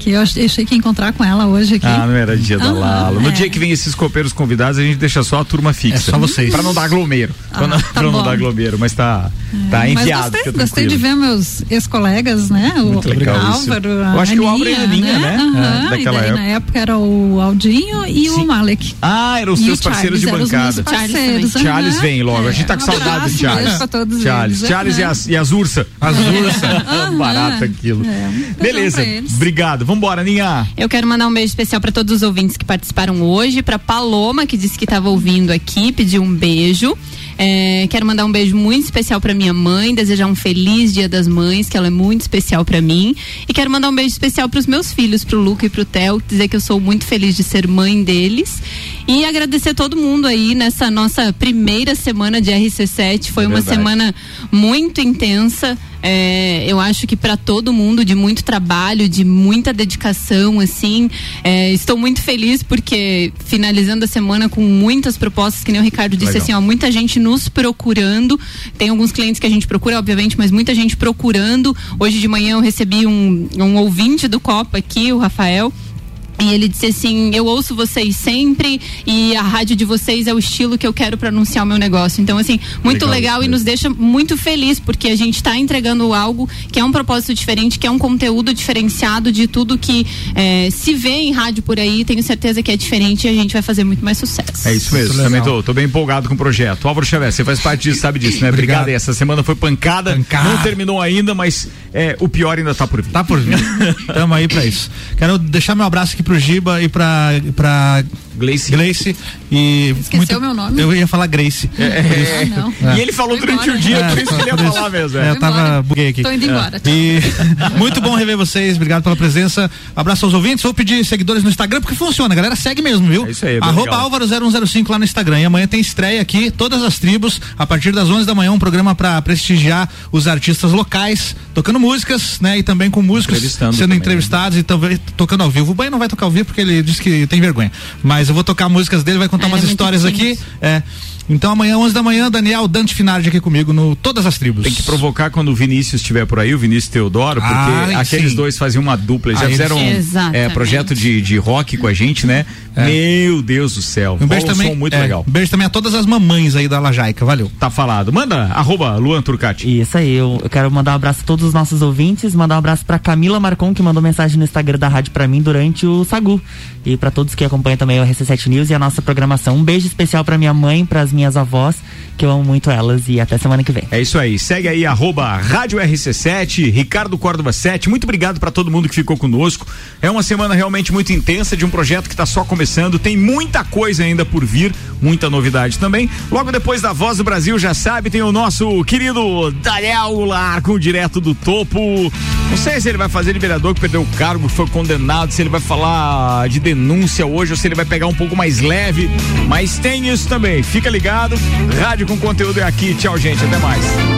aqui. Eu achei que ia encontrar com ela hoje aqui. Ah, não era dia da Aham, Lala. No é. dia que vem esses copeiros convidados, a gente deixa só a turma fixa. É só vocês. Pra não dar aglomero. Ah, pra não, tá pra não bom. dar aglomero, mas tá, tá Mas enviado. gostei, fica gostei de tranquilo. ver meus ex-colegas, né? Muito o legal Álvaro, isso. a Eu acho que o Álvaro e a Aninha, né? Aham, É, daquela e daí, época. na época era o Aldinho e Sim. o Malek. Ah, eram os E seus o parceiros Charles, de eram os bancada. meus parceiros, aham. Charles vem logo. A gente tá com Um saudade abraço do Charles. mesmo pra todos Charles, eles, Charles e aham. as, e as ursas. As ursas. Barato aquilo. É, um beijão Beleza. pra eles. Obrigado. Vambora, Ninha. Eu quero mandar um beijo especial para todos os ouvintes que participaram hoje, para Paloma, que disse que estava ouvindo aqui, pediu um beijo. É, quero mandar um beijo muito especial para minha mãe, desejar um feliz Dia das Mães, que ela é muito especial para mim. E quero mandar um beijo especial para os meus filhos, pro Luca e pro Theo, dizer que eu sou muito feliz de ser mãe deles. E agradecer todo mundo aí nessa nossa primeira semana de R C sete. Foi É uma verdade. semana muito intensa. É, eu acho que para todo mundo, de muito trabalho, de muita dedicação, assim. É, estou muito feliz porque finalizando a semana com muitas propostas, que nem o Ricardo disse. Legal. Assim, ó, muita gente nos procurando. Tem alguns clientes que a gente procura, obviamente, mas muita gente procurando. Hoje de manhã eu recebi um, um ouvinte do Copa aqui, o Rafael. E ele disse assim, eu ouço vocês sempre e a rádio de vocês é o estilo que eu quero para anunciar o meu negócio. Então, assim, muito Legal, legal, isso e nos deixa muito feliz, porque a gente está entregando algo que é um propósito diferente, que é um conteúdo diferenciado de tudo que eh, se vê em rádio por aí. Tenho certeza que é diferente e a gente vai fazer muito mais sucesso. É isso mesmo, Muito também legal. tô, tô bem empolgado com o projeto. Álvaro Xavier, você faz parte disso, sabe disso, né? Obrigado. Obrigado. aí. Essa semana foi pancada, Pancada. não terminou ainda, mas é, o pior ainda tá por vir. Tá por vir. Tamo aí pra isso. Quero deixar meu abraço aqui pro Giba e pra, pra Gleice. Gleice. E Esqueceu meu nome? Eu ia falar Grace. É, Ah, não. E ele falou Tô durante embora. o dia, É, por isso que ele ia por isso. falar mesmo. É, É. eu Tô tava embora. buguei aqui. Tô indo embora. E muito bom rever vocês, obrigado pela presença. Abraço aos ouvintes, vou pedir seguidores no Instagram, porque funciona, galera, segue mesmo, viu? É isso aí, é bem Arroba legal. Álvaro zero um zero cinco lá no Instagram. E amanhã tem estreia aqui, todas as tribos, a partir das onze da manhã, um programa pra prestigiar os artistas locais, tocando músicas, né? E também com músicos Entrevistando sendo também, entrevistados e também tocando ao vivo. O Banho não vai tocar ao vivo porque ele disse que tem vergonha. Mas eu vou tocar músicas dele, vai contar Ah, umas ele é muito histórias aqui. tímido. É. Então amanhã, onze da manhã, Daniel Dante Finardi aqui comigo no Todas as Tribos. Tem que provocar quando o Vinícius estiver por aí, o Vinícius Teodoro, porque Ah, aqueles sim. dois faziam uma dupla, eles já Ah, eles- fizeram um Exatamente. é, projeto de, de rock com a gente, né? Meu Deus do céu. Um beijo Rola também. som muito é, legal. Um beijo também a todas as mamães aí da Lajaica, valeu. Tá falado. Manda, arroba Luan Turcati. Isso aí, eu, eu quero mandar um abraço a todos os nossos ouvintes, mandar um abraço pra Camila Marcon, que mandou mensagem no Instagram da rádio pra mim durante o Sagu. E pra todos que acompanham também o R C sete News e a nossa programação. Um beijo especial pra minha mãe, pras minhas avós, que eu amo muito elas, e até semana que vem. É isso aí, segue aí, arroba Rádio R C sete, Ricardo Córdova sete, muito obrigado pra todo mundo que ficou conosco. É uma semana realmente muito intensa de um projeto que tá só começando, tem muita coisa ainda por vir, muita novidade também. Logo depois da Voz do Brasil, já sabe, tem o nosso querido Daniel Goulart com o Direto do Topo. Não sei se ele vai fazer de vereador que perdeu o cargo, que foi condenado, se ele vai falar de denúncia hoje ou se ele vai pegar um pouco mais leve, mas tem isso também. Fica ligado, rádio com conteúdo é aqui. Tchau, gente, até mais.